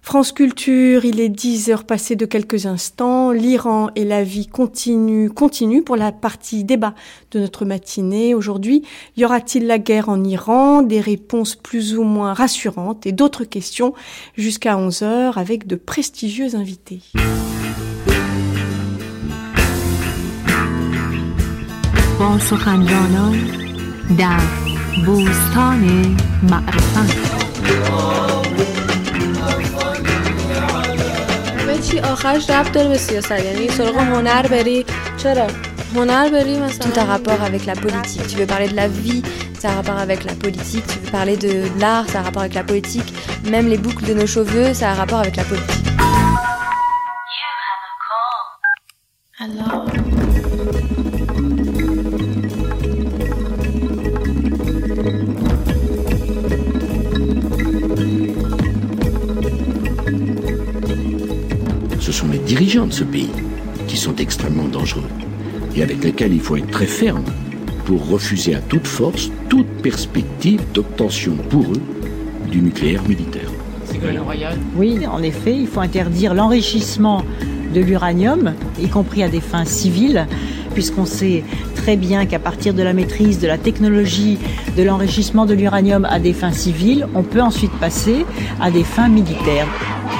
France Culture, il est 10h passé de quelques instants. L'Iran et la vie continue pour la partie débat de notre matinée. Aujourd'hui, y aura-t-il la guerre en Iran? Des réponses plus ou moins rassurantes et d'autres questions jusqu'à 11h avec de prestigieux invités. با سخنرانان در بوستان معرفت چی آخرش ربط داره به سیاست، یعنی سراغ هنر بری. چرا؟ هنر بری مثلا. Tout a rapport avec la politique. Tu veux parler de la vie, ça a rapport avec la politique. Tu veux parler de l'art, ça a rapport avec la politique. Même les boucles de nos cheveux, ça a rapport avec la politique. Alors. Ce sont les dirigeants de ce pays qui sont extrêmement dangereux et avec lesquels il faut être très ferme pour refuser à toute force toute perspective d'obtention pour eux du nucléaire militaire. Oui, en effet, il faut interdire l'enrichissement de l'uranium, y compris à des fins civiles, puisqu'on sait très bien qu'à partir de la maîtrise de la technologie de l'enrichissement de l'uranium à des fins civiles, on peut ensuite passer à des fins militaires.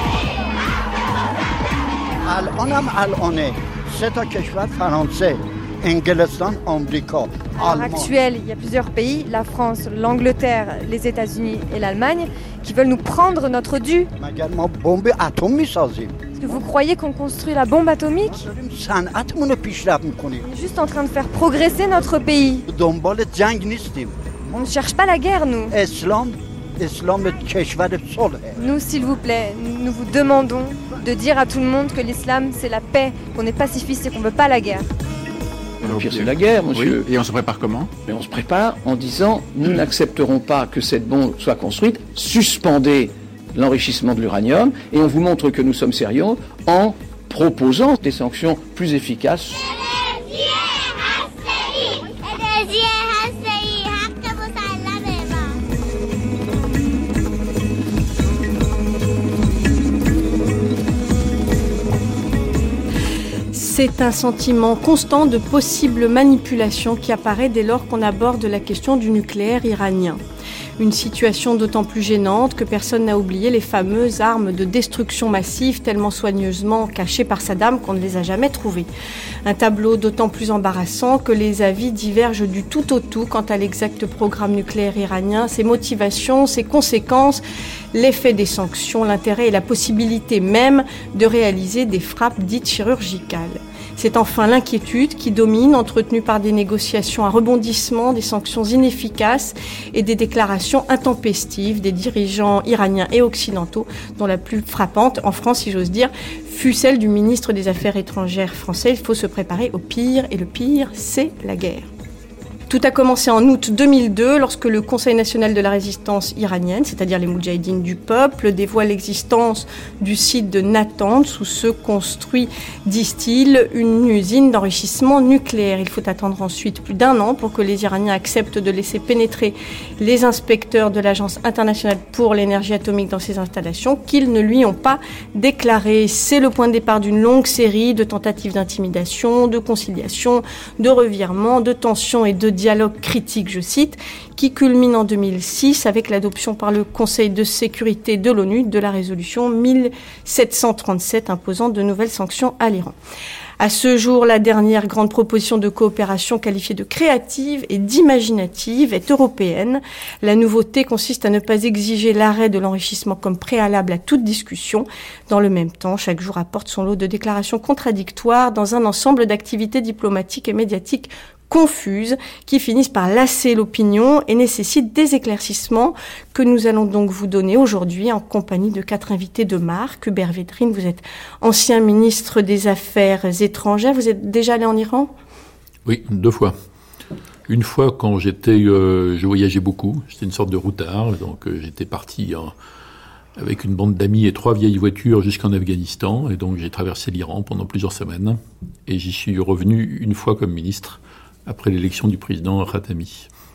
À l'heure actuelle, il y a plusieurs pays, la France, l'Angleterre, les États-Unis et l'Allemagne, qui veulent nous prendre notre dû. Est-ce que vous croyez qu'on construit la bombe atomique? On est juste en train de faire progresser notre pays. On ne cherche pas la guerre, nous. Nous, s'il vous plaît, nous vous demandons de dire à tout le monde que l'islam, c'est la paix, qu'on est pacifiste et qu'on ne veut pas la guerre. Le pire, c'est la guerre, monsieur. Oui. Et on se prépare comment? Mais on se prépare en disant, nous n'accepterons pas que cette bombe soit construite, suspendez l'enrichissement de l'uranium, et on vous montre que nous sommes sérieux en proposant des sanctions plus efficaces. C'est un sentiment constant de possible manipulation qui apparaît dès lors qu'on aborde la question du nucléaire iranien. Une situation d'autant plus gênante que personne n'a oublié les fameuses armes de destruction massive tellement soigneusement cachées par Saddam qu'on ne les a jamais trouvées. Un tableau d'autant plus embarrassant que les avis divergent du tout au tout quant à l'exact programme nucléaire iranien, ses motivations, ses conséquences, l'effet des sanctions, l'intérêt et la possibilité même de réaliser des frappes dites chirurgicales. C'est enfin l'inquiétude qui domine, entretenue par des négociations à rebondissement, des sanctions inefficaces et des déclarations intempestives des dirigeants iraniens et occidentaux, dont la plus frappante, en France si j'ose dire, fut celle du ministre des Affaires étrangères français. Il faut se préparer au pire, et le pire, c'est la guerre. Tout a commencé en août 2002 lorsque le Conseil national de la résistance iranienne, c'est-à-dire les Moudjahidines du peuple, dévoile l'existence du site de Natanz où se construit, disent-ils, une usine d'enrichissement nucléaire. Il faut attendre ensuite plus d'1 an pour que les Iraniens acceptent de laisser pénétrer les inspecteurs de l'Agence internationale pour l'énergie atomique dans ces installations qu'ils ne lui ont pas déclaré. C'est le point de départ d'une longue série de tentatives d'intimidation, de conciliation, de revirement, de tensions et de dialogue critique, je cite, qui culmine en 2006 avec l'adoption par le Conseil de sécurité de l'ONU de la résolution 1737 imposant de nouvelles sanctions à l'Iran. À ce jour, la dernière grande proposition de coopération qualifiée de créative et d'imaginative est européenne. La nouveauté consiste à ne pas exiger l'arrêt de l'enrichissement comme préalable à toute discussion. Dans le même temps, chaque jour apporte son lot de déclarations contradictoires dans un ensemble d'activités diplomatiques et médiatiques confuses qui finissent par lasser l'opinion et nécessitent des éclaircissements que nous allons donc vous donner aujourd'hui en compagnie de 4 invités de marque. Hubert Védrine, vous êtes ancien ministre des Affaires étrangères. Vous êtes déjà allé en Iran? Oui, 2 fois. Une fois quand je voyageais beaucoup, j'étais une sorte de routard, donc j'étais parti avec une bande d'amis et 3 vieilles voitures jusqu'en Afghanistan, et donc j'ai traversé l'Iran pendant plusieurs semaines, et j'y suis revenu une fois comme ministre, après l'élection du président Khatami.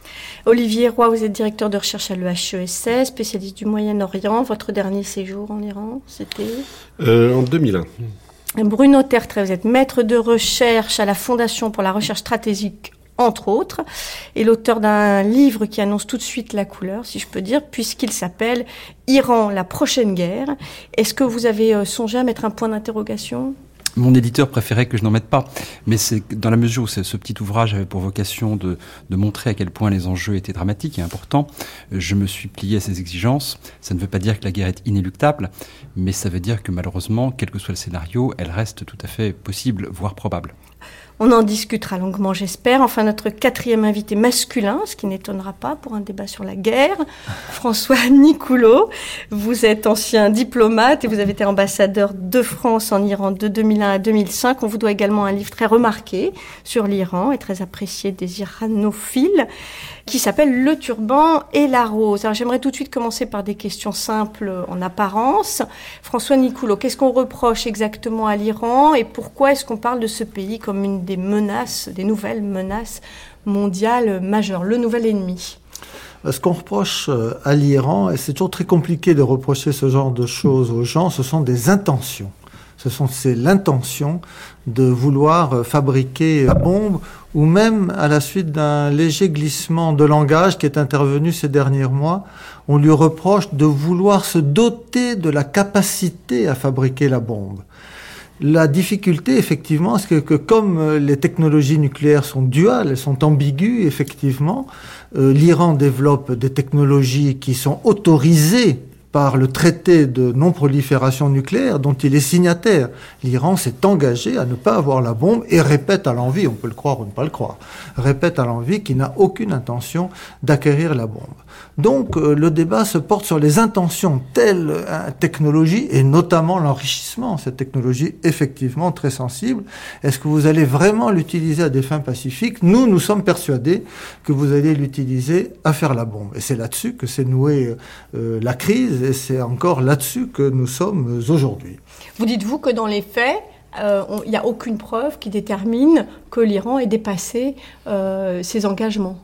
Olivier Roy, vous êtes directeur de recherche à l'EHESS, spécialiste du Moyen-Orient. Votre dernier séjour en Iran, c'était en 2001. Bruno Tertrais, vous êtes maître de recherche à la Fondation pour la recherche stratégique, entre autres, et l'auteur d'un livre qui annonce tout de suite la couleur, si je peux dire, puisqu'il s'appelle « Iran, la prochaine guerre ». Est-ce que vous avez songé à mettre un point d'interrogation ? Mon éditeur préférait que je n'en mette pas, mais c'est dans la mesure où ce petit ouvrage avait pour vocation de montrer à quel point les enjeux étaient dramatiques et importants, je me suis plié à ces exigences. Ça ne veut pas dire que la guerre est inéluctable, mais ça veut dire que malheureusement, quel que soit le scénario, elle reste tout à fait possible, voire probable. On en discutera longuement, j'espère. Enfin, notre 4e invité masculin, ce qui n'étonnera pas pour un débat sur la guerre, François Nicoulot. Vous êtes ancien diplomate et vous avez été ambassadeur de France en Iran de 2001 à 2005. On vous doit également un livre très remarqué sur l'Iran et très apprécié des iranophiles, qui s'appelle « Le turban et la rose ». Alors, j'aimerais tout de suite commencer par des questions simples en apparence. François Nicoulot, qu'est-ce qu'on reproche exactement à l'Iran et pourquoi est-ce qu'on parle de ce pays comme une des menaces, des nouvelles menaces mondiales majeures, le nouvel ennemi? Ce qu'on reproche à l'Iran, et c'est toujours très compliqué de reprocher ce genre de choses aux gens, ce sont des intentions. C'est l'intention de vouloir fabriquer la bombe, ou même à la suite d'un léger glissement de langage qui est intervenu ces derniers mois, on lui reproche de vouloir se doter de la capacité à fabriquer la bombe. La difficulté, effectivement, c'est que comme les technologies nucléaires sont duales, elles sont ambiguës, effectivement, l'Iran développe des technologies qui sont autorisées par le traité de non-prolifération nucléaire dont il est signataire. L'Iran s'est engagé à ne pas avoir la bombe et répète à l'envi, on peut le croire ou ne pas le croire, répète à l'envi qu'il n'a aucune intention d'acquérir la bombe. Donc le débat se porte sur les intentions telles technologie et notamment l'enrichissement. Cette technologie effectivement très sensible. Est-ce que vous allez vraiment l'utiliser à des fins pacifiques ? Nous sommes persuadés que vous allez l'utiliser à faire la bombe. Et c'est là-dessus que s'est nouée la crise et c'est encore là-dessus que nous sommes aujourd'hui. Vous dites-vous que dans les faits, il n'y a aucune preuve qui détermine que l'Iran ait dépassé ses engagements?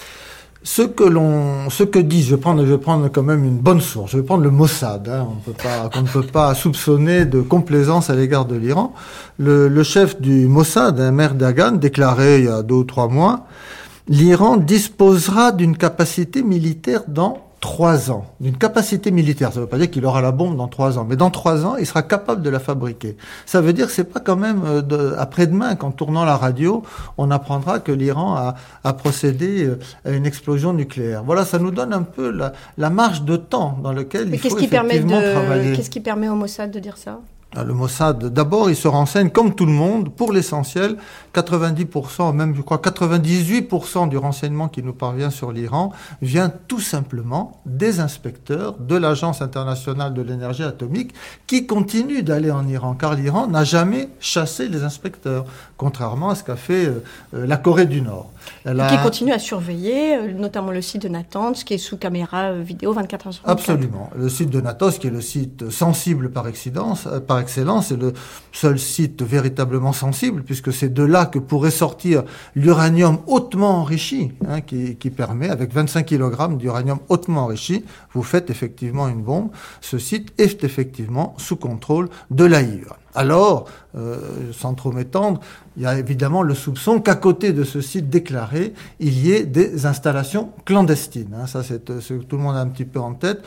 Ce que dit, je vais prendre quand même une bonne source. Je vais prendre le Mossad. On ne peut pas soupçonner de complaisance à l'égard de l'Iran. Le chef du Mossad, Mer Dagan, déclarait il y a 2 ou 3 mois, l'Iran disposera d'une capacité militaire dans 3 ans. D'une capacité militaire. Ça ne veut pas dire qu'il aura la bombe dans 3 ans. Mais dans 3 ans, il sera capable de la fabriquer. Ça veut dire que c'est pas quand même après-demain qu'en tournant la radio, on apprendra que l'Iran a procédé à une explosion nucléaire. Voilà, ça nous donne un peu la marge de temps dans lequel il faut effectivement travailler. Qu'est-ce qui permet au Mossad de dire ça ? Le Mossad, d'abord, il se renseigne comme tout le monde, pour l'essentiel, 90%, même je crois 98% du renseignement qui nous parvient sur l'Iran vient tout simplement des inspecteurs de l'Agence internationale de l'énergie atomique qui continuent d'aller en Iran, car l'Iran n'a jamais chassé les inspecteurs, contrairement à ce qu'a fait la Corée du Nord. Qui continue à surveiller, notamment le site de Natanz, qui est sous caméra vidéo 24 heures sur 24. Absolument. Le site de Natanz, qui est le site sensible par excellence, c'est le seul site véritablement sensible, puisque c'est de là que pourrait sortir l'uranium hautement enrichi, qui permet, avec 25 kg d'uranium hautement enrichi, vous faites effectivement une bombe. Ce site est effectivement sous contrôle de l'AIEA. Alors, sans trop m'étendre, il y a évidemment le soupçon qu'à côté de ce site déclaré, il y ait des installations clandestines. Ça, c'est ce que tout le monde a un petit peu en tête.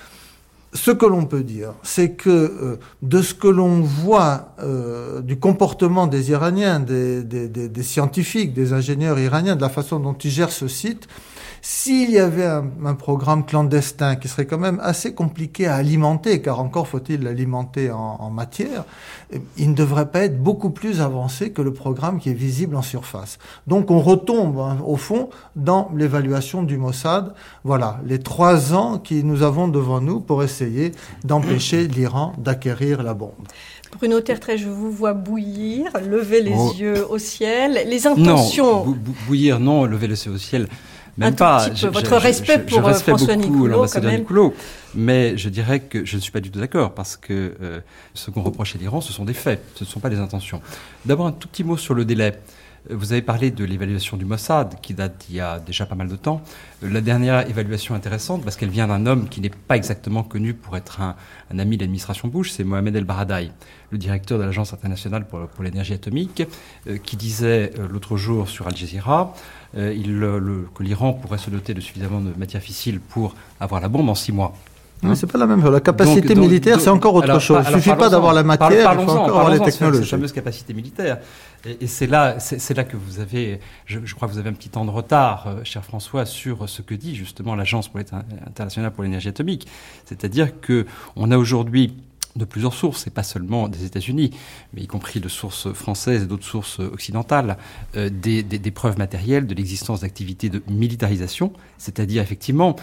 Ce que l'on peut dire, c'est que de ce que l'on voit du comportement des Iraniens, des scientifiques, des ingénieurs iraniens, de la façon dont ils gèrent ce site, s'il y avait un programme clandestin qui serait quand même assez compliqué à alimenter, car encore faut-il l'alimenter en matière, il ne devrait pas être beaucoup plus avancé que le programme qui est visible en surface. Donc on retombe, au fond, dans l'évaluation du Mossad. Voilà, les 3 ans que nous avons devant nous pour essayer d'empêcher l'Iran d'acquérir la bombe. Bruno Tertrais, je vous vois bouillir, lever les yeux au ciel. Les intentions... Non, bouillir, non, lever les yeux au ciel... Même pas. Votre respect pour François Nicoulot, l'ambassadeur Nicoulot, mais je dirais que je ne suis pas du tout d'accord, parce que ce qu'on reproche à l'Iran, ce sont des faits, ce ne sont pas des intentions. D'abord, un tout petit mot sur le délai. Vous avez parlé de l'évaluation du Mossad, qui date d'il y a déjà pas mal de temps. La dernière évaluation intéressante, parce qu'elle vient d'un homme qui n'est pas exactement connu pour être un ami de l'administration Bush, c'est Mohamed El Baradei, le directeur de l'Agence internationale pour l'énergie atomique, qui disait l'autre jour sur Al Jazeera que l'Iran pourrait se doter de suffisamment de matières fissiles pour avoir la bombe en 6 mois. Mais c'est pas la même chose. La capacité militaire, c'est encore autre chose. Il ne suffit pas d'avoir la matière, il faut encore avoir les technologies. Cette fameuse capacité militaire. Et c'est là que vous avez, je crois que vous avez un petit temps de retard, cher François, sur ce que dit justement l'Agence internationale pour l'énergie atomique. C'est-à-dire qu'on a aujourd'hui de plusieurs sources, et pas seulement des États-Unis, mais y compris de sources françaises et d'autres sources occidentales, des preuves matérielles de l'existence d'activités de militarisation, c'est-à-dire effectivement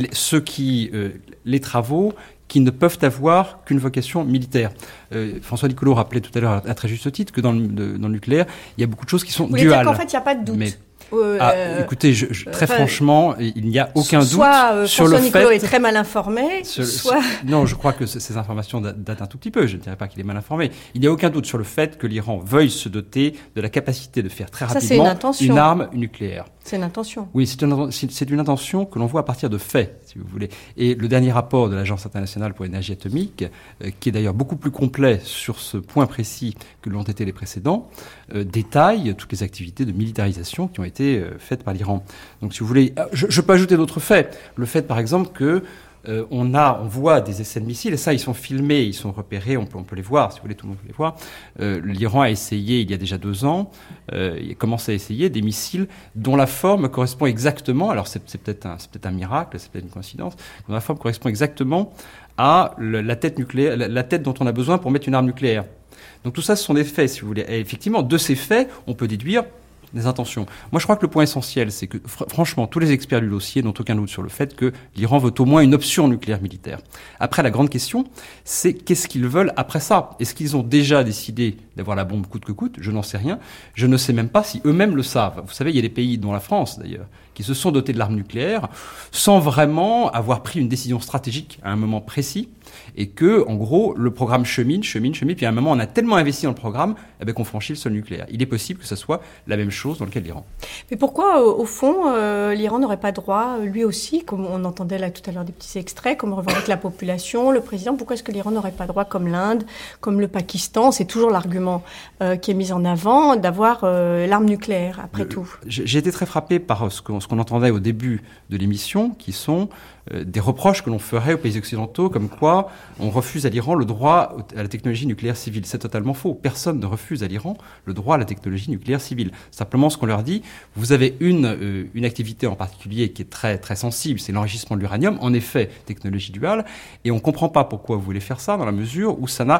les travaux qui ne peuvent avoir qu'une vocation militaire. François Niccolò rappelait tout à l'heure à très juste titre que dans le nucléaire, il y a beaucoup de choses qui sont duales. Qu'en fait, il n'y a pas de doute. Écoutez, très franchement, il n'y a aucun doute sur le fait... Soit Niccolò est très mal informé, soit... Non, je crois que ces informations datent un tout petit peu. Je ne dirais pas qu'il est mal informé. Il n'y a aucun doute sur le fait que l'Iran veuille se doter de la capacité de faire très rapidement une arme nucléaire. C'est une intention. Oui, c'est une intention que l'on voit à partir de faits, si vous voulez. Et le dernier rapport de l'Agence internationale pour l'énergie atomique, qui est d'ailleurs beaucoup plus complet sur ce point précis que l'ont été les précédents, détaille toutes les activités de militarisation qui ont été faites par l'Iran. Donc, si vous voulez, je peux ajouter d'autres faits. Le fait, par exemple, que on voit des essais de missiles, et ça, ils sont filmés, ils sont repérés, on peut les voir, si vous voulez, tout le monde peut les voir. L'Iran a essayé, il y a déjà 2 ans, il a commencé à essayer des missiles dont la forme correspond exactement, alors c'est peut-être un miracle, c'est peut-être une coïncidence, dont la forme correspond exactement à la tête nucléaire, la tête dont on a besoin pour mettre une arme nucléaire. Donc tout ça, ce sont des faits, si vous voulez. Et effectivement, de ces faits, on peut déduire des intentions. Moi, je crois que le point essentiel, c'est que, franchement, tous les experts du dossier n'ont aucun doute sur le fait que l'Iran veut au moins une option nucléaire militaire. Après, la grande question, c'est qu'est-ce qu'ils veulent après ça ? Est-ce qu'ils ont déjà décidé d'avoir la bombe coûte que coûte ? Je n'en sais rien. Je ne sais même pas si eux-mêmes le savent. Vous savez, il y a des pays, dont la France d'ailleurs, qui se sont dotés de l'arme nucléaire sans vraiment avoir pris une décision stratégique à un moment précis, et que, en gros, le programme chemine, puis à un moment, on a tellement investi dans le programme qu'on franchit le sol nucléaire. Il est possible que ce soit la même chose dans le cas de l'Iran. Mais pourquoi, au fond, l'Iran n'aurait pas droit, lui aussi, comme on entendait là tout à l'heure des petits extraits, comme revendique la population, le président, pourquoi est-ce que l'Iran n'aurait pas droit, comme l'Inde, comme le Pakistan, c'est toujours l'argument qui est mis en avant, d'avoir l'arme nucléaire, après tout. J'ai été très frappé par ce qu'on entendait au début de l'émission, qui sont des reproches que l'on ferait aux pays occidentaux, comme quoi on refuse à l'Iran le droit à la technologie nucléaire civile. C'est totalement faux. Personne ne refuse à l'Iran le droit à la technologie nucléaire civile. Simplement, ce qu'on leur dit, vous avez une activité en particulier qui est très, très sensible, c'est l'enrichissement de l'uranium, en effet, technologie duale, et on ne comprend pas pourquoi vous voulez faire ça, dans la mesure où ça n'a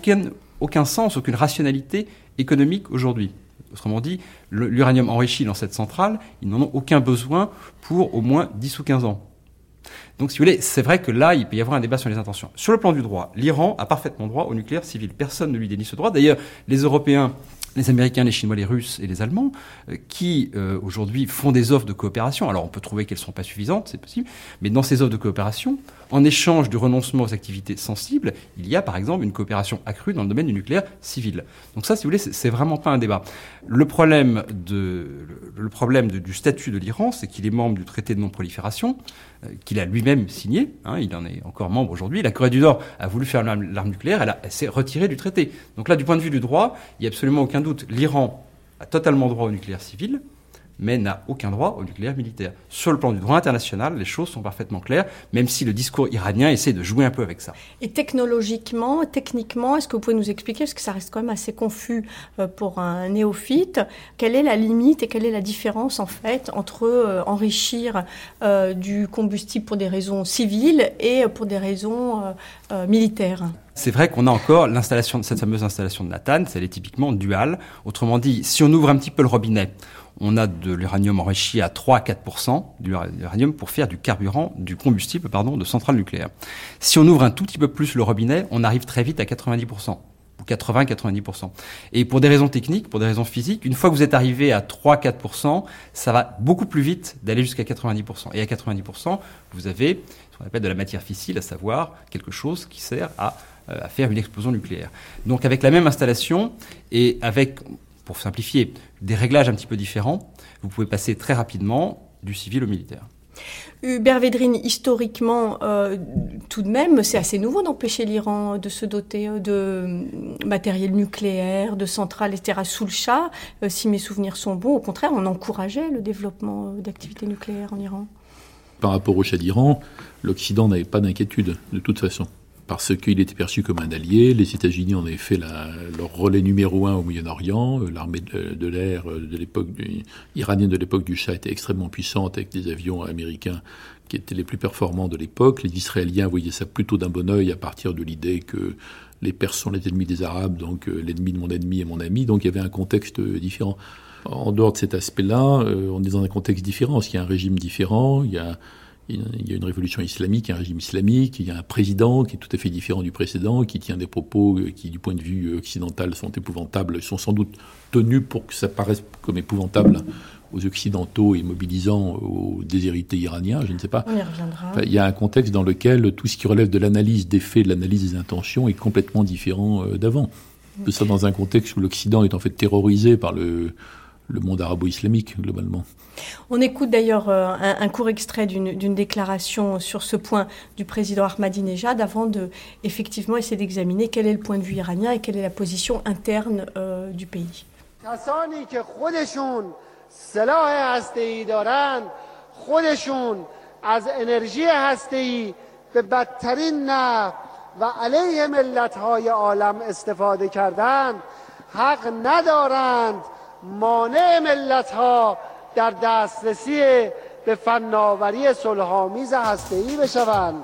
aucun sens, aucune rationalité économique aujourd'hui. Autrement dit, l'uranium enrichi dans cette centrale, ils n'en ont aucun besoin pour au moins 10 ou 15 ans. Donc, si vous voulez, c'est vrai que là, il peut y avoir un débat sur les intentions. Sur le plan du droit, l'Iran a parfaitement droit au nucléaire civil. Personne ne lui dénie ce droit. D'ailleurs, les Européens, les Américains, les Chinois, les Russes et les Allemands, qui aujourd'hui font des offres de coopération. Alors, on peut trouver qu'elles ne sont pas suffisantes, c'est possible, mais dans ces offres de coopération, en échange du renoncement aux activités sensibles, il y a par exemple une coopération accrue dans le domaine du nucléaire civil. Donc ça, si vous voulez, c'est vraiment pas un débat. Le problème du statut de l'Iran, c'est qu'il est membre du traité de non-prolifération, qu'il a lui-même signé, il en est encore membre aujourd'hui. La Corée du Nord a voulu faire l'arme nucléaire, elle s'est retirée du traité. Donc là, du point de vue du droit, il n'y a absolument aucun doute. L'Iran a totalement droit au nucléaire civil, mais n'a aucun droit au nucléaire militaire. Sur le plan du droit international, les choses sont parfaitement claires, même si le discours iranien essaie de jouer un peu avec ça. Et techniquement, est-ce que vous pouvez nous expliquer, parce que ça reste quand même assez confus pour un néophyte, quelle est la limite et quelle est la différence en fait entre enrichir du combustible pour des raisons civiles et pour des raisons militaires ? C'est vrai qu'on a encore cette fameuse installation de Natanz, elle est typiquement duale. Autrement dit, si on ouvre un petit peu le robinet, on a de l'uranium enrichi à 3 à 4% d'uranium pour faire du combustible de centrales nucléaires. Si on ouvre un tout petit peu plus le robinet, on arrive très vite à 90%. Ou 80-90%. Et pour des raisons techniques, pour des raisons physiques, une fois que vous êtes arrivé à 3-4%, ça va beaucoup plus vite d'aller jusqu'à 90%. Et à 90%, vous avez ce qu'on appelle de la matière fissile, à savoir quelque chose qui sert à faire une explosion nucléaire. Donc avec la même installation et avec pour simplifier, des réglages un petit peu différents, vous pouvez passer très rapidement du civil au militaire. Hubert Védrine, historiquement, tout de même, c'est assez nouveau d'empêcher l'Iran de se doter de matériel nucléaire, de centrales, etc. Sous le Shah, si mes souvenirs sont bons, au contraire, on encourageait le développement d'activités nucléaires en Iran. Par rapport au Shah d'Iran, l'Occident n'avait pas d'inquiétude, de toute façon. Parce qu'il était perçu comme un allié. Les États-Unis en avaient fait leur relais numéro 1 au Moyen-Orient. L'armée de l'air de l'époque iranienne de l'époque du Shah était extrêmement puissante, avec des avions américains qui étaient les plus performants de l'époque. Les Israéliens voyaient ça plutôt d'un bon œil à partir de l'idée que les Perses sont les ennemis des Arabes, donc l'ennemi de mon ennemi est mon ami. Donc il y avait un contexte différent. En dehors de cet aspect-là, on est dans un contexte différent, parce qu'il y a un régime différent, il y a une révolution islamique, un régime islamique, il y a un président qui est tout à fait différent du précédent, qui tient des propos qui, du point de vue occidental, sont épouvantables, sont sans doute tenus pour que ça paraisse comme épouvantable aux Occidentaux et mobilisant aux déshérités iraniens, je ne sais pas. On y reviendra. Enfin, il y a un contexte dans lequel tout ce qui relève de l'analyse des faits, de l'analyse des intentions est complètement différent d'avant. De ça dans un contexte où l'Occident est en fait terrorisé par le monde arabo-islamique, globalement. On écoute d'ailleurs un court extrait d'une déclaration sur ce point du président Ahmadinejad avant de effectivement essayer d'examiner quel est le point de vue iranien et quelle est la position interne du pays. کسانی که خودشون سلاح هسته‌ای دارند خودشون از انرژی هسته‌ای به بدترین نحو و علیه ملت‌های عالم استفاده کردند حق ندارند مانع ملت‌ها در دسترسی به فناوری صلح‌آمیز هسته‌ای بشوند.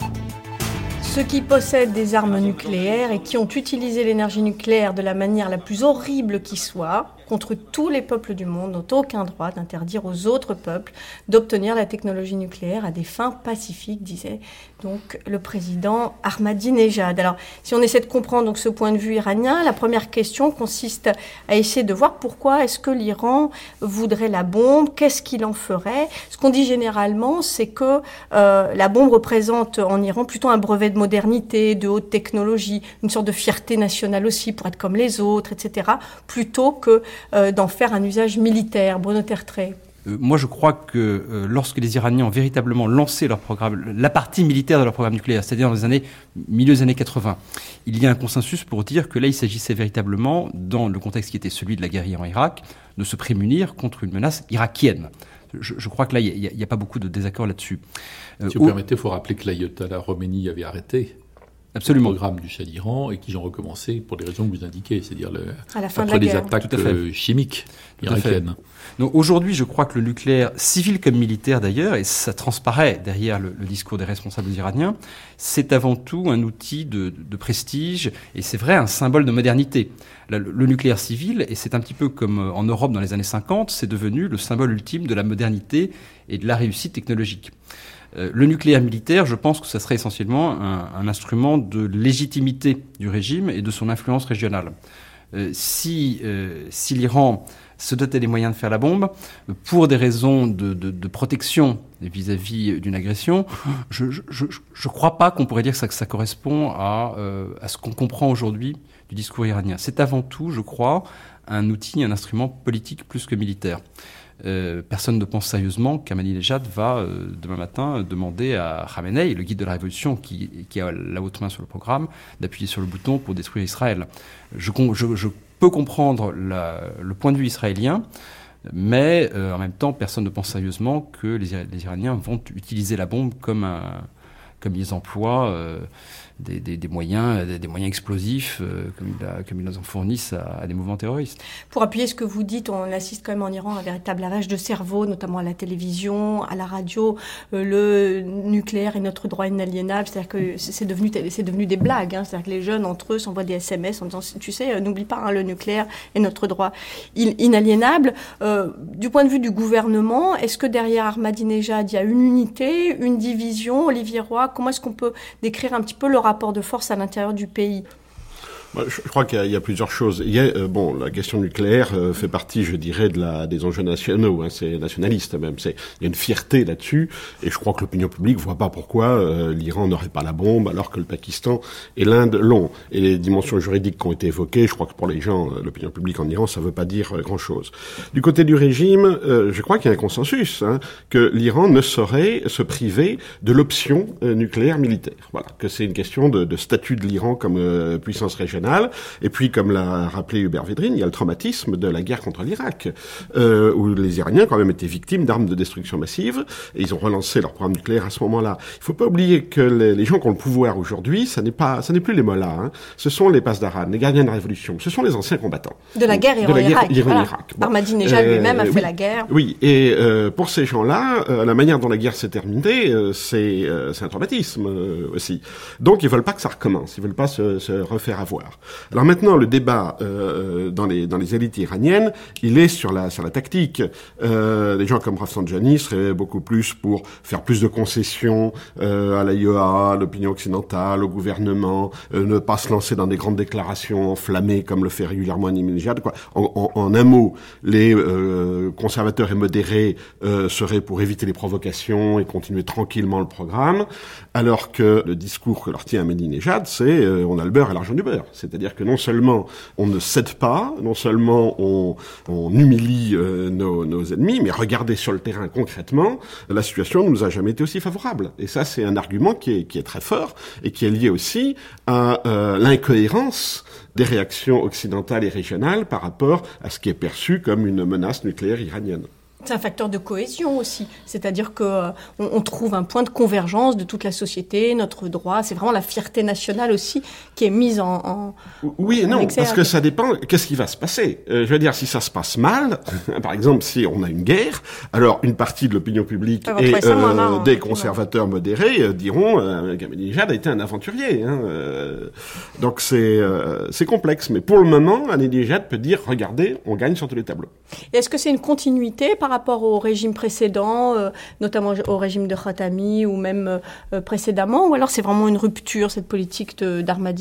Ceux qui possèdent des armes nucléaires et qui ont utilisé l'énergie nucléaire de la manière la plus horrible qui soit, contre tous les peuples du monde, n'ont aucun droit d'interdire aux autres peuples d'obtenir la technologie nucléaire à des fins pacifiques, disait donc le président Ahmadinejad. Alors, si on essaie de comprendre donc ce point de vue iranien, la première question consiste à essayer de voir pourquoi est-ce que l'Iran voudrait la bombe, qu'est-ce qu'il en ferait. Ce qu'on dit généralement, c'est que la bombe représente en Iran plutôt un brevet de modernité, de haute technologie, une sorte de fierté nationale aussi pour être comme les autres, etc., plutôt que d'en faire un usage militaire. Bruno Tertrais. Moi, je crois que lorsque les Iraniens ont véritablement lancé leur programme, la partie militaire de leur programme nucléaire, c'est-à-dire dans les milieu des années 80, il y a un consensus pour dire que là, il s'agissait véritablement, dans le contexte qui était celui de la guerre en Irak, de se prémunir contre une menace irakienne. Je crois que là, il n'y a pas beaucoup de désaccord là-dessus. Si vous permettez, il faut rappeler que l'Ayatollah Khomeini avait arrêté absolument le programme du Shah d'Iran et qu'ils ont recommencé pour les raisons que vous indiquez, c'est-à-dire après les attaques chimiques irakiennes. Donc aujourd'hui, je crois que le nucléaire, civil comme militaire d'ailleurs, et ça transparaît derrière le discours des responsables iraniens, c'est avant tout un outil de prestige et c'est vrai un symbole de modernité. Le nucléaire civil, et c'est un petit peu comme en Europe dans les années 50, c'est devenu le symbole ultime de la modernité et de la réussite technologique. Le nucléaire militaire, je pense que ça serait essentiellement un instrument de légitimité du régime et de son influence régionale. Si l'Iran se dotait des moyens de faire la bombe, pour des raisons de protection vis-à-vis d'une agression, je crois pas qu'on pourrait dire que ça correspond à ce qu'on comprend aujourd'hui du discours iranien. C'est avant tout, je crois, un outil, un instrument politique plus que militaire. Personne ne pense sérieusement qu'Ahmadinejad va demain matin demander à Khamenei, le guide de la révolution qui a la haute main sur le programme, d'appuyer sur le bouton pour détruire Israël. Je peux comprendre le point de vue israélien, mais en même temps, personne ne pense sérieusement que les Iraniens vont utiliser la bombe comme ils emploient des moyens explosifs comme ils en fournissent à des mouvements terroristes. Pour appuyer ce que vous dites, on assiste quand même en Iran à un véritable lavage de cerveau, notamment à la télévision, à la radio. Le nucléaire est notre droit inaliénable, c'est-à-dire que c'est devenu des blagues. C'est-à-dire que les jeunes entre eux s'envoient des SMS en disant, tu sais, n'oublie pas, le nucléaire est notre droit inaliénable. Du point de vue du gouvernement, est-ce que derrière Ahmadinejad, il y a une unité, une division? Olivier Roy, comment est-ce qu'on peut décrire un petit peu le rapport de force à l'intérieur du pays? Je crois qu'il y a plusieurs choses. Il y a, la question nucléaire fait partie, je dirais, des enjeux nationaux. C'est nationaliste même. Il y a une fierté là-dessus, et je crois que l'opinion publique voit pas pourquoi l'Iran n'aurait pas la bombe alors que le Pakistan et l'Inde l'ont. Et les dimensions juridiques qui ont été évoquées, je crois que pour les gens, l'opinion publique en Iran, ça veut pas dire grand-chose. Du côté du régime, je crois qu'il y a un consensus que l'Iran ne saurait se priver de l'option nucléaire militaire. Voilà, que c'est une question de statut de l'Iran comme puissance régionale. Et puis, comme l'a rappelé Hubert Védrine, il y a le traumatisme de la guerre contre l'Irak, où les Iraniens quand même étaient victimes d'armes de destruction massive, et ils ont relancé leur programme nucléaire à ce moment-là. Il faut pas oublier que les gens qui ont le pouvoir aujourd'hui, ça n'est plus les mollahs, ce sont les pasdaran, les gardiens de la révolution, ce sont les anciens combattants. De la guerre Iran-Irak. Bon. Ahmadinejad lui-même a fait la guerre. Oui, et pour ces gens-là, la manière dont la guerre s'est terminée, c'est un traumatisme aussi. Donc ils veulent pas que ça recommence, ils veulent pas se refaire avoir. Alors maintenant, le débat dans les élites iraniennes, il est sur la tactique. Les gens comme Rafsanjani seraient beaucoup plus pour faire plus de concessions à l'AIEA, à l'opinion occidentale, au gouvernement, ne pas se lancer dans des grandes déclarations enflammées comme le fait régulièrement Ahmadinejad. En un mot, les conservateurs et modérés seraient pour éviter les provocations et continuer tranquillement le programme, alors que le discours que leur tient Ahmadinejad, c'est on a le beurre et l'argent du beurre. C'est-à-dire que non seulement on ne cède pas, non seulement on humilie nos ennemis, mais regardez sur le terrain concrètement, la situation ne nous a jamais été aussi favorable. Et ça, c'est un argument qui est très fort et qui est lié aussi à l'incohérence des réactions occidentales et régionales par rapport à ce qui est perçu comme une menace nucléaire iranienne. C'est un facteur de cohésion aussi, c'est-à-dire que on trouve un point de convergence de toute la société, notre droit, c'est vraiment la fierté nationale aussi qui est mise en Oui et non, parce que ça dépend, qu'est-ce qui va se passer. Je veux dire, si ça se passe mal, par exemple, si on a une guerre, alors une partie de l'opinion publique et des conservateurs modérés diront Ahmadinejad a été un aventurier. Donc c'est complexe, mais pour le moment, Ahmadinejad peut dire, regardez, on gagne sur tous les tableaux. Et est-ce que c'est une continuité par rapport au régime précédent, notamment au régime de Khatami ou même précédemment, ou alors c'est vraiment une rupture, cette politique d'Ahmadinejad ?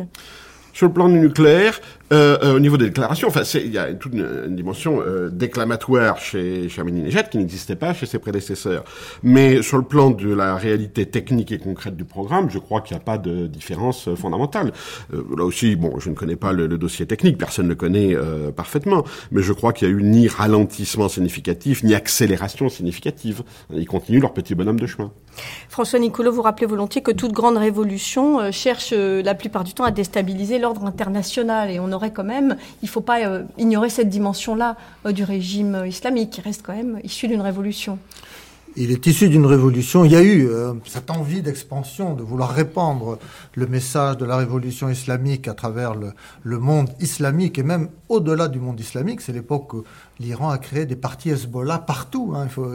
Sur le plan du nucléaire, au niveau des déclarations, il y a toute une dimension déclamatoire chez Ahmadinejad qui n'existait pas chez ses prédécesseurs. Mais sur le plan de la réalité technique et concrète du programme, je crois qu'il n'y a pas de différence fondamentale. Là aussi, je ne connais pas le dossier technique, personne ne le connaît parfaitement, mais je crois qu'il n'y a eu ni ralentissement significatif, ni accélération significative. Ils continuent leur petit bonhomme de chemin. François Nicolo, vous rappelez volontiers que toute grande révolution cherche la plupart du temps à déstabiliser l'ordre international, et on aurait quand même, il ne faut pas ignorer cette dimension-là du régime islamique, qui reste quand même issu d'une révolution. Il est issu d'une révolution. Il y a eu cette envie d'expansion, de vouloir répandre le message de la révolution islamique à travers le monde islamique et même au-delà du monde islamique. C'est l'époque où l'Iran a créé des partis Hezbollah partout.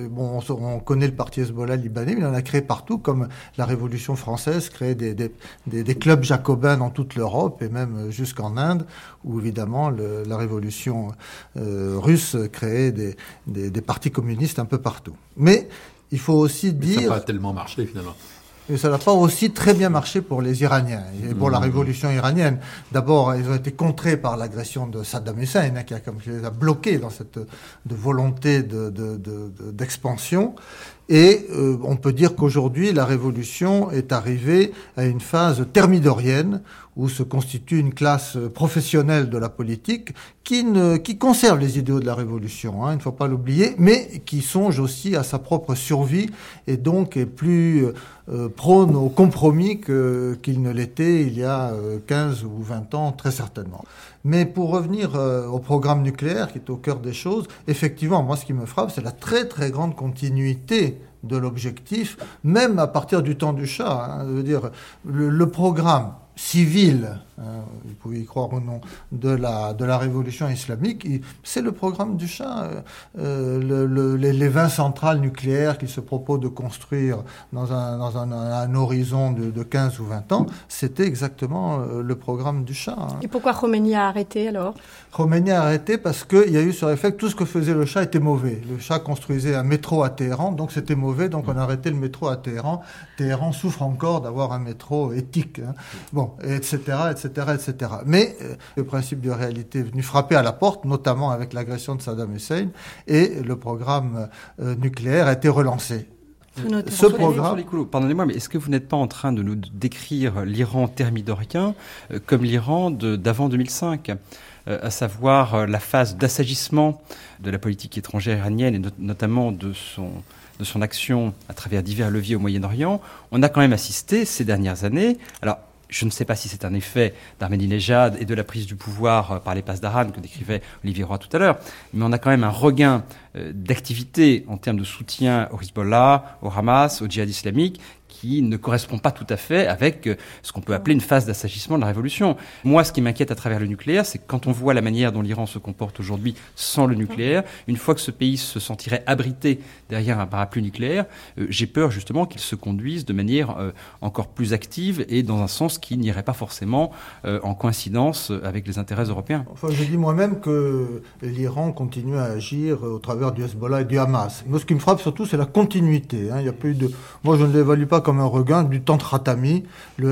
On connaît le parti Hezbollah libanais, mais il en a créé partout, comme la Révolution française créait des clubs jacobins dans toute l'Europe et même jusqu'en Inde, où évidemment la Révolution russe créait des partis communistes un peu partout. Mais il faut aussi dire... Ça n'a pas tellement marché finalement. Et ça n'a pas aussi très bien marché pour les Iraniens et pour la révolution iranienne. D'abord, ils ont été contrés par l'agression de Saddam Hussein, qui les a bloqués dans cette volonté d'expansion. Et on peut dire qu'aujourd'hui, la révolution est arrivée à une phase thermidorienne où se constitue une classe professionnelle de la politique qui conserve les idéaux de la révolution, il ne faut pas l'oublier, mais qui songe aussi à sa propre survie et donc est plus prône au compromis qu'il ne l'était il y a 15 ou 20 ans, très certainement. Mais pour revenir au programme nucléaire qui est au cœur des choses, effectivement, moi ce qui me frappe, c'est la très très grande continuité de l'objectif, même à partir du temps du Shah. Je veux dire, le programme civil, vous pouvez y croire ou non, de la révolution islamique, c'est le programme du Shah. Les 20 centrales nucléaires qu'il se propose de construire dans un horizon de 15 ou 20 ans, c'était exactement le programme du Shah. Et pourquoi Khomeini a arrêté alors ? Khomeini a arrêté parce qu'il y a eu sur effet que tout ce que faisait le Shah était mauvais. Le Shah construisait un métro à Téhéran, donc c'était mauvais, donc on a arrêté le métro à Téhéran. Téhéran souffre encore d'avoir un métro éthique. Bon, Bon, etc., etc., etc. Mais le principe de réalité est venu frapper à la porte, notamment avec l'agression de Saddam Hussein, et le programme nucléaire a été relancé. Ce programme... Pardonnez-moi, mais est-ce que vous n'êtes pas en train de nous décrire l'Iran thermidorien comme l'Iran d'avant 2005 à savoir la phase d'assagissement de la politique étrangère iranienne et notamment de son action à travers divers leviers au Moyen-Orient? On a quand même assisté ces dernières années. Alors, je ne sais pas si c'est un effet d'Ahmadinejad et de la prise du pouvoir par les Pasdaran que décrivait Olivier Roy tout à l'heure, mais on a quand même un regain d'activité en termes de soutien au Hezbollah, au Hamas, au djihad islamique, qui ne correspond pas tout à fait avec ce qu'on peut appeler une phase d'assagissement de la révolution. Moi, ce qui m'inquiète à travers le nucléaire, c'est que quand on voit la manière dont l'Iran se comporte aujourd'hui sans le nucléaire, une fois que ce pays se sentirait abrité derrière un parapluie nucléaire, j'ai peur justement qu'il se conduise de manière encore plus active et dans un sens qui n'irait pas forcément en coïncidence avec les intérêts européens. Enfin, je dis moi-même que l'Iran continue à agir au travers du Hezbollah et du Hamas. Moi, ce qui me frappe surtout, c'est la continuité. Il y a plus de... Moi, je ne l'évalue pas comme un regain du temps de Khatami.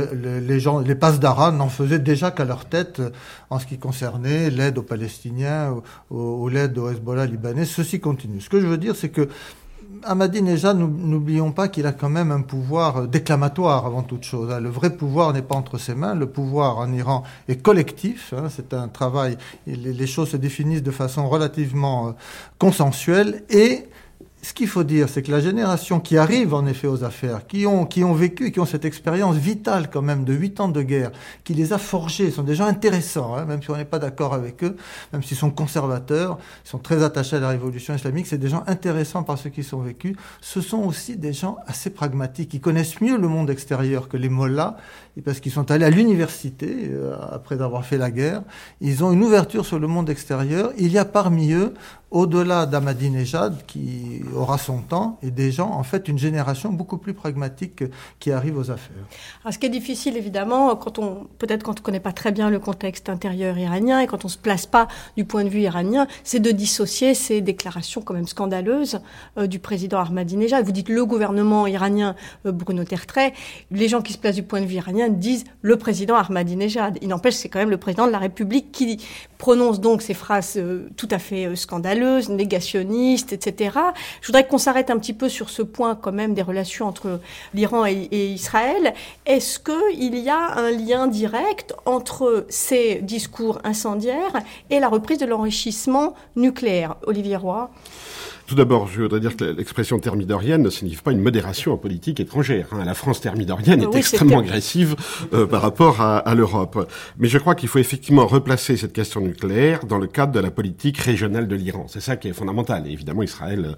Les Pasdaran n'en faisaient déjà qu'à leur tête en ce qui concernait l'aide aux Palestiniens ou l'aide au Hezbollah libanais. Ceci continue. Ce que je veux dire, c'est que Ahmadinejad, n'oublions pas qu'il a quand même un pouvoir déclamatoire avant toute chose. Le vrai pouvoir n'est pas entre ses mains. Le pouvoir en Iran est collectif. C'est un travail. Les choses se définissent de façon relativement consensuelle. Et ce qu'il faut dire, c'est que la génération qui arrive en effet aux affaires, qui ont vécu, qui ont cette expérience vitale quand même de 8 ans de guerre, qui les a forgés, sont des gens intéressants, même si on n'est pas d'accord avec eux, même s'ils sont conservateurs, ils sont très attachés à la révolution islamique, c'est des gens intéressants par ce qu'ils ont vécu. Ce sont aussi des gens assez pragmatiques, ils connaissent mieux le monde extérieur que les mollahs, parce qu'ils sont allés à l'université après avoir fait la guerre. Ils ont une ouverture sur le monde extérieur. Il y a parmi eux, au-delà d'Ahmadinejad, qui aura son temps, et des gens, en fait, une génération beaucoup plus pragmatique qui arrive aux affaires. Alors, ce qui est difficile, évidemment, peut-être quand on ne connaît pas très bien le contexte intérieur iranien et quand on ne se place pas du point de vue iranien, c'est de dissocier ces déclarations quand même scandaleuses du président Ahmadinejad. Vous dites le gouvernement iranien, Bruno Tertrais, les gens qui se placent du point de vue iranien disent le président Ahmadinejad. Il n'empêche, c'est quand même le président de la République qui prononce donc ces phrases tout à fait scandaleuses, négationnistes, etc. Je voudrais qu'on s'arrête un petit peu sur ce point quand même des relations entre l'Iran et Israël. Est-ce qu'il y a un lien direct entre ces discours incendiaires et la reprise de l'enrichissement nucléaire? Olivier Roy. Tout d'abord, je voudrais dire que l'expression thermidorienne ne signifie pas une modération en politique étrangère. La France thermidorienne est extrêmement agressive par rapport à l'Europe. Mais je crois qu'il faut effectivement replacer cette question nucléaire dans le cadre de la politique régionale de l'Iran. C'est ça qui est fondamental. Et évidemment, Israël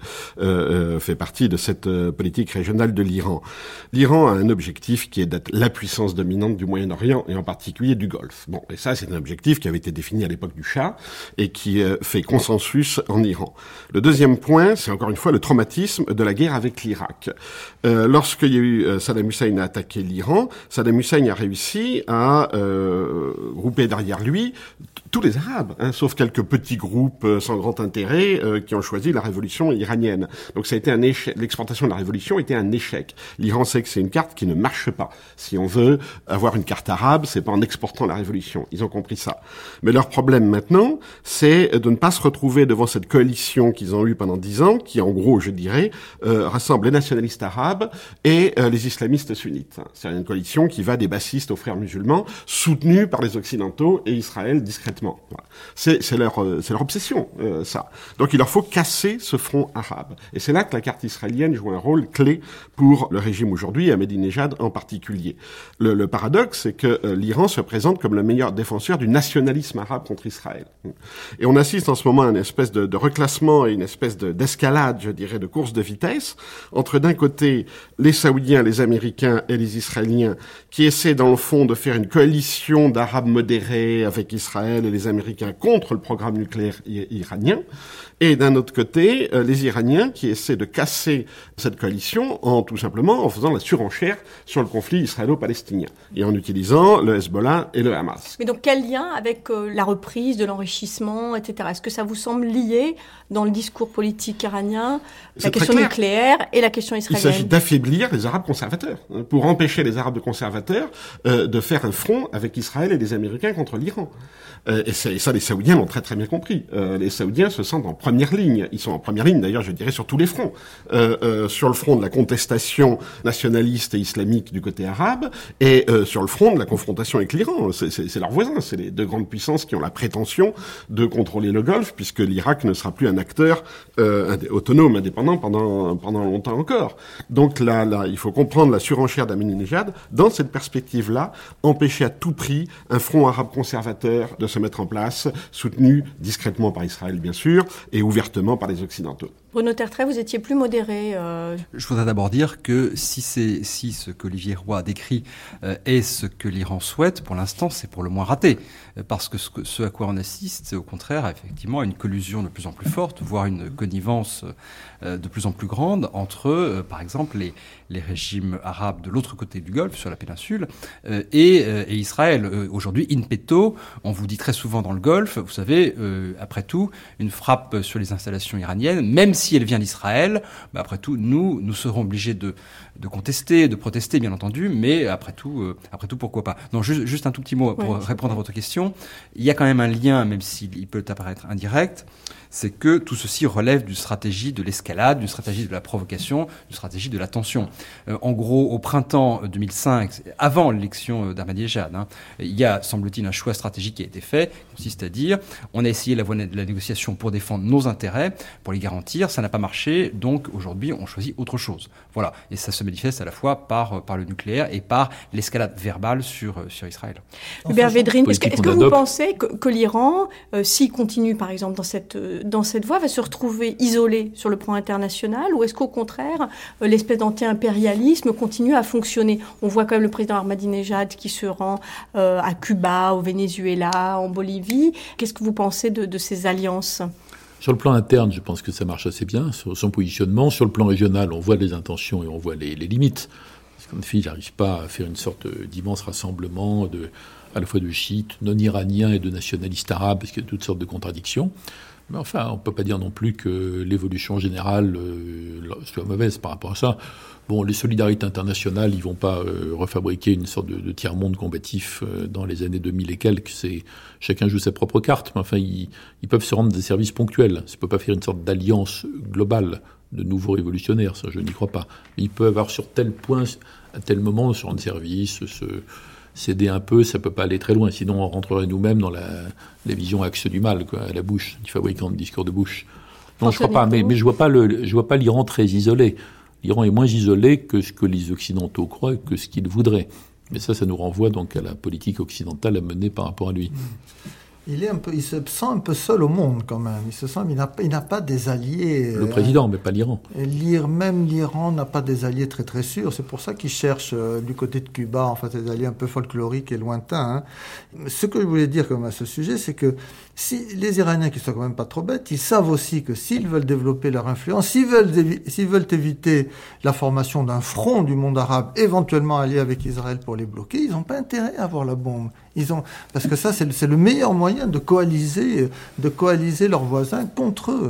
fait partie de cette politique régionale de l'Iran. L'Iran a un objectif qui est d'être la puissance dominante du Moyen-Orient et en particulier du Golfe. Bon, et ça, c'est un objectif qui avait été défini à l'époque du Shah et qui fait consensus en Iran. Le deuxième point, c'est encore une fois le traumatisme de la guerre avec l'Irak. Lorsqu'il y a eu Saddam Hussein a attaqué l'Iran, Saddam Hussein a réussi à grouper derrière lui tous les Arabes, sauf quelques petits groupes sans grand intérêt qui ont choisi la révolution iranienne. Donc ça a été un échec. L'exportation de la révolution était un échec. L'Iran sait que c'est une carte qui ne marche pas. Si on veut avoir une carte arabe, c'est pas en exportant la révolution. Ils ont compris ça. Mais leur problème maintenant, c'est de ne pas se retrouver devant cette coalition qu'ils ont eue pendant 10 ans, qui en gros, je dirais, rassemble les nationalistes arabes et les islamistes sunnites. C'est une coalition qui va des bassistes aux frères musulmans, soutenus par les occidentaux et Israël discrètement. Voilà. C'est leur obsession, ça. Donc il leur faut casser ce front arabe. Et c'est là que la carte israélienne joue un rôle clé pour le régime aujourd'hui, Ahmadinejad en particulier. Le paradoxe, c'est que l'Iran se présente comme le meilleur défenseur du nationalisme arabe contre Israël. Et on assiste en ce moment à une espèce de reclassement et une espèce d'escalade, je dirais, de course de vitesse, entre d'un côté les Saoudiens, les Américains et les Israéliens, qui essaient dans le fond de faire une coalition d'Arabes modérés avec Israël et les Américains contre le programme nucléaire iranien, et d'un autre côté, les Iraniens qui essaient de casser cette coalition tout simplement en faisant la surenchère sur le conflit israélo-palestinien et en utilisant le Hezbollah et le Hamas. Mais donc quel lien avec la reprise de l'enrichissement, etc. Est-ce que ça vous semble lié dans le discours politique iranien, la question nucléaire et la question israélienne? Il s'agit d'affaiblir les Arabes conservateurs, pour empêcher les Arabes conservateurs de faire un front avec Israël et les Américains contre l'Iran. Et ça, les Saoudiens l'ont très très bien compris. Les Saoudiens se sentent en première ligne. Ils sont en première ligne, d'ailleurs, je dirais, sur tous les fronts. Sur le front de la contestation nationaliste et islamique du côté arabe, et sur le front de la confrontation avec l'Iran. C'est leurs voisins. C'est les deux grandes puissances qui ont la prétention de contrôler le Golfe, puisque l'Irak ne sera plus un acteur autonome, indépendant pendant longtemps encore. Donc là, il faut comprendre la surenchère d'Ahmadinejad dans cette perspective-là, empêcher à tout prix un front arabe conservateur de se mettre en place, soutenu discrètement par Israël, bien sûr, et ouvertement par les Occidentaux. Bruno Tertrais, vous étiez plus modéré. Je voudrais d'abord dire que si ce qu'Olivier Roy a décrit est ce que l'Iran souhaite, pour l'instant, c'est pour le moins raté. Parce que ce à quoi on assiste, c'est au contraire, effectivement, une collusion de plus en plus forte, voire une connivence de plus en plus grande entre, par exemple, les régimes arabes de l'autre côté du Golfe, sur la péninsule, et Israël. Aujourd'hui, in petto, on vous dit très souvent dans le Golfe, vous savez, après tout, une frappe sur les installations iraniennes, même si elle vient d'Israël, après tout, nous serons obligés de contester, de protester, bien entendu, mais après tout, pourquoi pas. Non, juste un tout petit mot pour répondre à votre question. Il y a quand même un lien, même s'il peut apparaître indirect, c'est que tout ceci relève d'une stratégie de l'escalade, d'une stratégie de la provocation, d'une stratégie de la tension. En gros, au printemps 2005, avant l'élection d'Ahmadinejad, il y a, semble-t-il, un choix stratégique qui a été fait, qui consiste à dire, on a essayé la voie de la négociation pour défendre nos intérêts, pour les garantir, ça n'a pas marché, donc aujourd'hui, on choisit autre chose. Voilà. Et ça se manifeste à la fois par le nucléaire et par l'escalade verbale sur Israël. Hubert Védrine, est-ce que vous pensez que l'Iran, s'il continue, par exemple, dans cette voie, va se retrouver isolé sur le plan international, ou est-ce qu'au contraire, l'espèce d'anti-impérialisme continue à fonctionner? On voit quand même le président Ahmadinejad qui se rend à Cuba, au Venezuela, en Bolivie. Qu'est-ce que vous pensez de ces alliances? Sur le plan interne, je pense que ça marche assez bien, sur son positionnement. Sur le plan régional, on voit les intentions et on voit les limites. Parce qu'en effet, il n'arrive pas à faire une sorte d'immense rassemblement à la fois de chiites, non-iraniens et de nationalistes arabes, parce qu'il y a toutes sortes de contradictions. Mais enfin, on ne peut pas dire non plus que l'évolution générale soit mauvaise par rapport à ça. Bon, les solidarités internationales, ils vont pas refabriquer une sorte de tiers-monde combatif dans les années 2000 et quelques. Chacun joue ses propres cartes, mais enfin, ils peuvent se rendre des services ponctuels. Ça ne peut pas faire une sorte d'alliance globale de nouveaux révolutionnaires, ça je n'y crois pas. Mais ils peuvent avoir sur tel point, à tel moment, se rendre service, céder un peu, ça peut pas aller très loin. Sinon, on rentrerait nous-mêmes dans la vision axe du mal, à la Bush, du fabricant de discours de Bush. Non, je crois pas. Mais je vois pas l'Iran très isolé. L'Iran est moins isolé que ce que les Occidentaux croient, que ce qu'ils voudraient. Mais ça nous renvoie donc à la politique occidentale à mener par rapport à lui. Il se sent un peu seul au monde quand même. Il n'a pas des alliés. Le président, mais pas l'Iran. Même l'Iran n'a pas des alliés très très sûrs. C'est pour ça qu'il cherche du côté de Cuba, en fait, des alliés un peu folkloriques et lointains. Ce que je voulais dire comme à ce sujet, c'est que si les Iraniens, qui sont quand même pas trop bêtes, ils savent aussi que s'ils veulent développer leur influence, s'ils veulent éviter la formation d'un front du monde arabe, éventuellement allié avec Israël pour les bloquer, ils n'ont pas intérêt à avoir la bombe. Parce que ça, c'est le meilleur moyen de coaliser leurs voisins contre eux.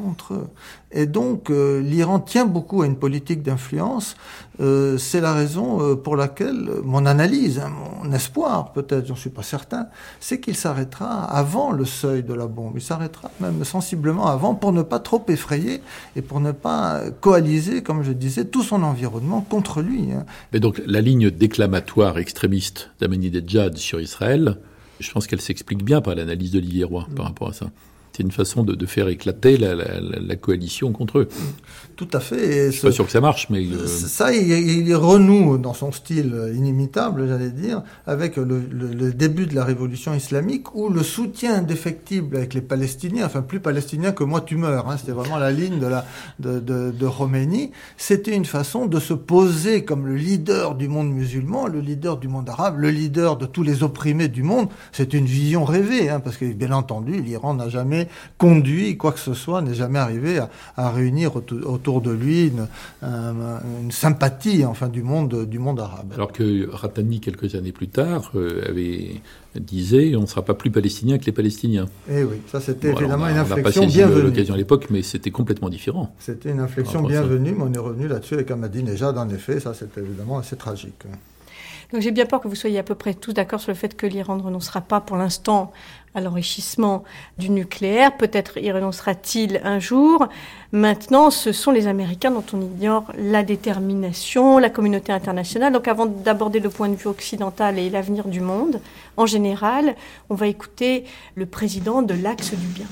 Et donc, l'Iran tient beaucoup à une politique d'influence. C'est la raison pour laquelle mon analyse, mon espoir, peut-être, j'en suis pas certain, c'est qu'il s'arrêtera avant le seuil de la bombe. Il s'arrêtera même sensiblement avant pour ne pas trop effrayer et pour ne pas coaliser, comme je disais, tout son environnement contre lui. Mais donc, la ligne déclamatoire extrémiste d'Ahmadinejad sur Israël, je pense qu'elle s'explique bien par l'analyse d'Olivier Roy par rapport à ça. C'est une façon de faire éclater la coalition contre eux. Tout à fait. Je suis pas sûr que ça marche, mais... Ça, il renoue dans son style inimitable, j'allais dire, avec le début de la révolution islamique, où le soutien indéfectible avec les Palestiniens, enfin plus palestiniens que moi tu meurs, c'était vraiment la ligne de Khomeini, c'était une façon de se poser comme le leader du monde musulman, le leader du monde arabe, le leader de tous les opprimés du monde. C'est une vision rêvée, parce que bien entendu, l'Iran n'a jamais conduit quoi que ce soit, n'est jamais arrivé à réunir autour de lui une sympathie du monde arabe. Alors que Ratani, quelques années plus tard, disait on ne sera pas plus palestinien que les Palestiniens. Et oui, ça c'était évidemment une inflexion bienvenue. On n'a pas saisi l'occasion à l'époque, mais c'était complètement différent. C'était une inflexion bienvenue, mais on est revenu là-dessus avec Ahmadinejad, en effet, ça c'était évidemment assez tragique. Donc j'ai bien peur que vous soyez à peu près tous d'accord sur le fait que l'Iran ne renoncera pas pour l'instant à l'enrichissement du nucléaire. Peut-être y renoncera-t-il un jour. Maintenant, ce sont les Américains dont on ignore la détermination, la communauté internationale. Donc avant d'aborder le point de vue occidental et l'avenir du monde, en général, on va écouter le président de l'Axe du bien.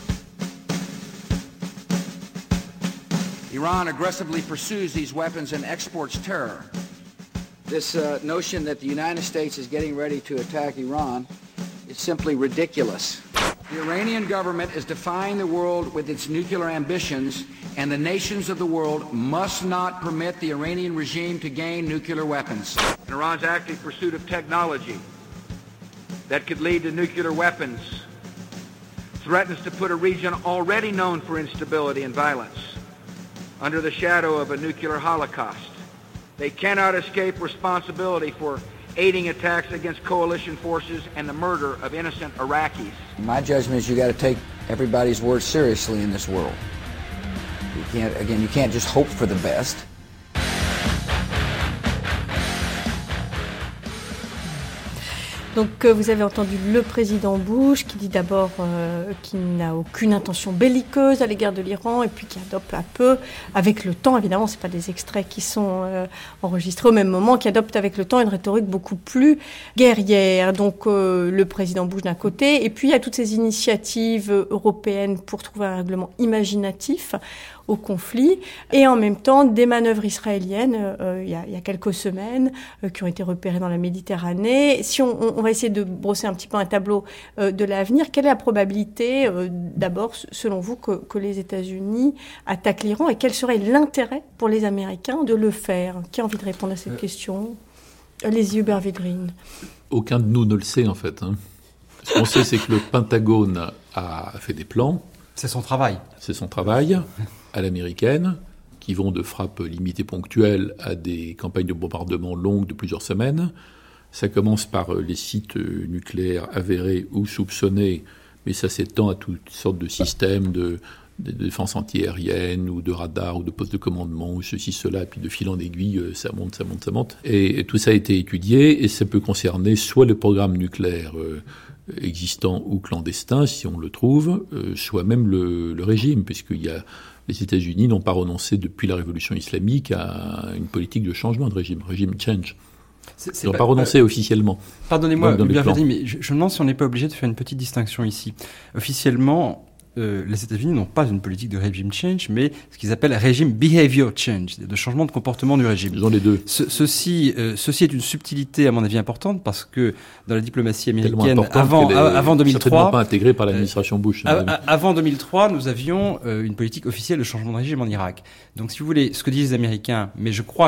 Iran aggressively pursues these weapons and exports terror. This notion that the United States is getting ready to attack Iran is simply ridiculous. The Iranian government is defying the world with its nuclear ambitions, and the nations of the world must not permit the Iranian regime to gain nuclear weapons. Iran's active pursuit of technology that could lead to nuclear weapons threatens to put a region already known for instability and violence under the shadow of a nuclear holocaust. They cannot escape responsibility for aiding attacks against coalition forces and the murder of innocent Iraqis. My judgment is you got to take everybody's word seriously in this world. You can't just hope for the best. Donc vous avez entendu le président Bush qui dit d'abord qu'il n'a aucune intention belliqueuse à l'égard de l'Iran et puis qui adopte un peu, avec le temps évidemment, c'est pas des extraits qui sont enregistrés au même moment, qui adopte avec le temps une rhétorique beaucoup plus guerrière. Donc le président Bush d'un côté, et puis il y a toutes ces initiatives européennes pour trouver un règlement imaginatif au conflit, et en même temps des manœuvres israéliennes il y a quelques semaines qui ont été repérées dans la Méditerranée. Si on va essayer de brosser un petit peu un tableau de l'avenir, quelle est la probabilité d'abord selon vous que les États-Unis attaquent l'Iran, et quel serait l'intérêt pour les Américains de le faire? Qui a envie de répondre à cette question? Allez-y, Hubert Védrine. Aucun de nous ne le sait en fait. Ce qu'on sait, c'est que le Pentagone a fait des plans. C'est son travail. C'est son travail, à l'américaine, qui vont de frappes limitées ponctuelles à des campagnes de bombardement longues de plusieurs semaines. Ça commence par les sites nucléaires avérés ou soupçonnés, mais ça s'étend à toutes sortes de systèmes de défense antiaérienne ou de radar ou de postes de commandement ou ceci, cela, et puis de fil en aiguille, ça monte. Et tout ça a été étudié, et ça peut concerner soit le programme nucléaire existant ou clandestin, si on le trouve, soit même le régime, puisqu'il y a les États-Unis n'ont pas renoncé depuis la révolution islamique à une politique de changement de régime change. Ils n'ont pas renoncé officiellement. Pardonnez-moi, Hubert Védrine, mais je me demande si on n'est pas obligé de faire une petite distinction ici. Officiellement, les États-Unis n'ont pas une politique de régime change, mais ce qu'ils appellent régime behavior change, de changement de comportement du régime. Ils ont les deux. Ceci est une subtilité, à mon avis, importante, parce que dans la diplomatie américaine, avant 2003... certainement pas intégrée par l'administration Bush. Avant 2003, nous avions une politique officielle de changement de régime en Irak. Donc, si vous voulez, ce que disent les Américains, mais je crois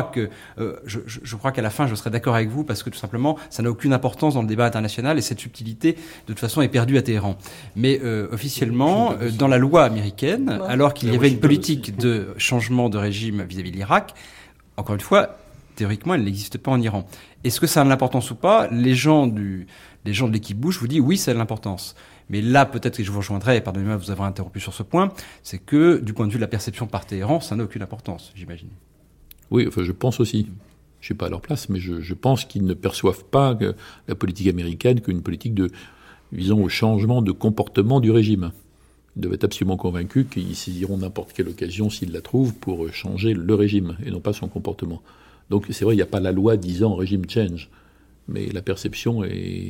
qu'à la fin, je serai d'accord avec vous, parce que tout simplement, ça n'a aucune importance dans le débat international, et cette subtilité, de toute façon, est perdue à Téhéran. Mais officiellement, dans la loi américaine, alors qu'il y avait une politique de changement de régime vis-à-vis de l'Irak, encore une fois, théoriquement, elle n'existe pas en Iran. Est-ce que ça a de l'importance ou pas? Les gens de l'équipe Bush vous disent oui, ça a de l'importance. Mais là, peut-être que je vous rejoindrai, pardonnez-moi de vous avoir interrompu sur ce point, c'est que du point de vue de la perception par Téhéran, ça n'a aucune importance, j'imagine. Oui, enfin, je pense aussi. Je ne suis pas à leur place, mais je pense qu'ils ne perçoivent pas la politique américaine qu'une politique visant au changement de comportement du régime. Ils doivent être absolument convaincus qu'ils saisiront n'importe quelle occasion, s'ils la trouvent, pour changer le régime et non pas son comportement. Donc c'est vrai, il n'y a pas la loi disant régime change, mais la perception est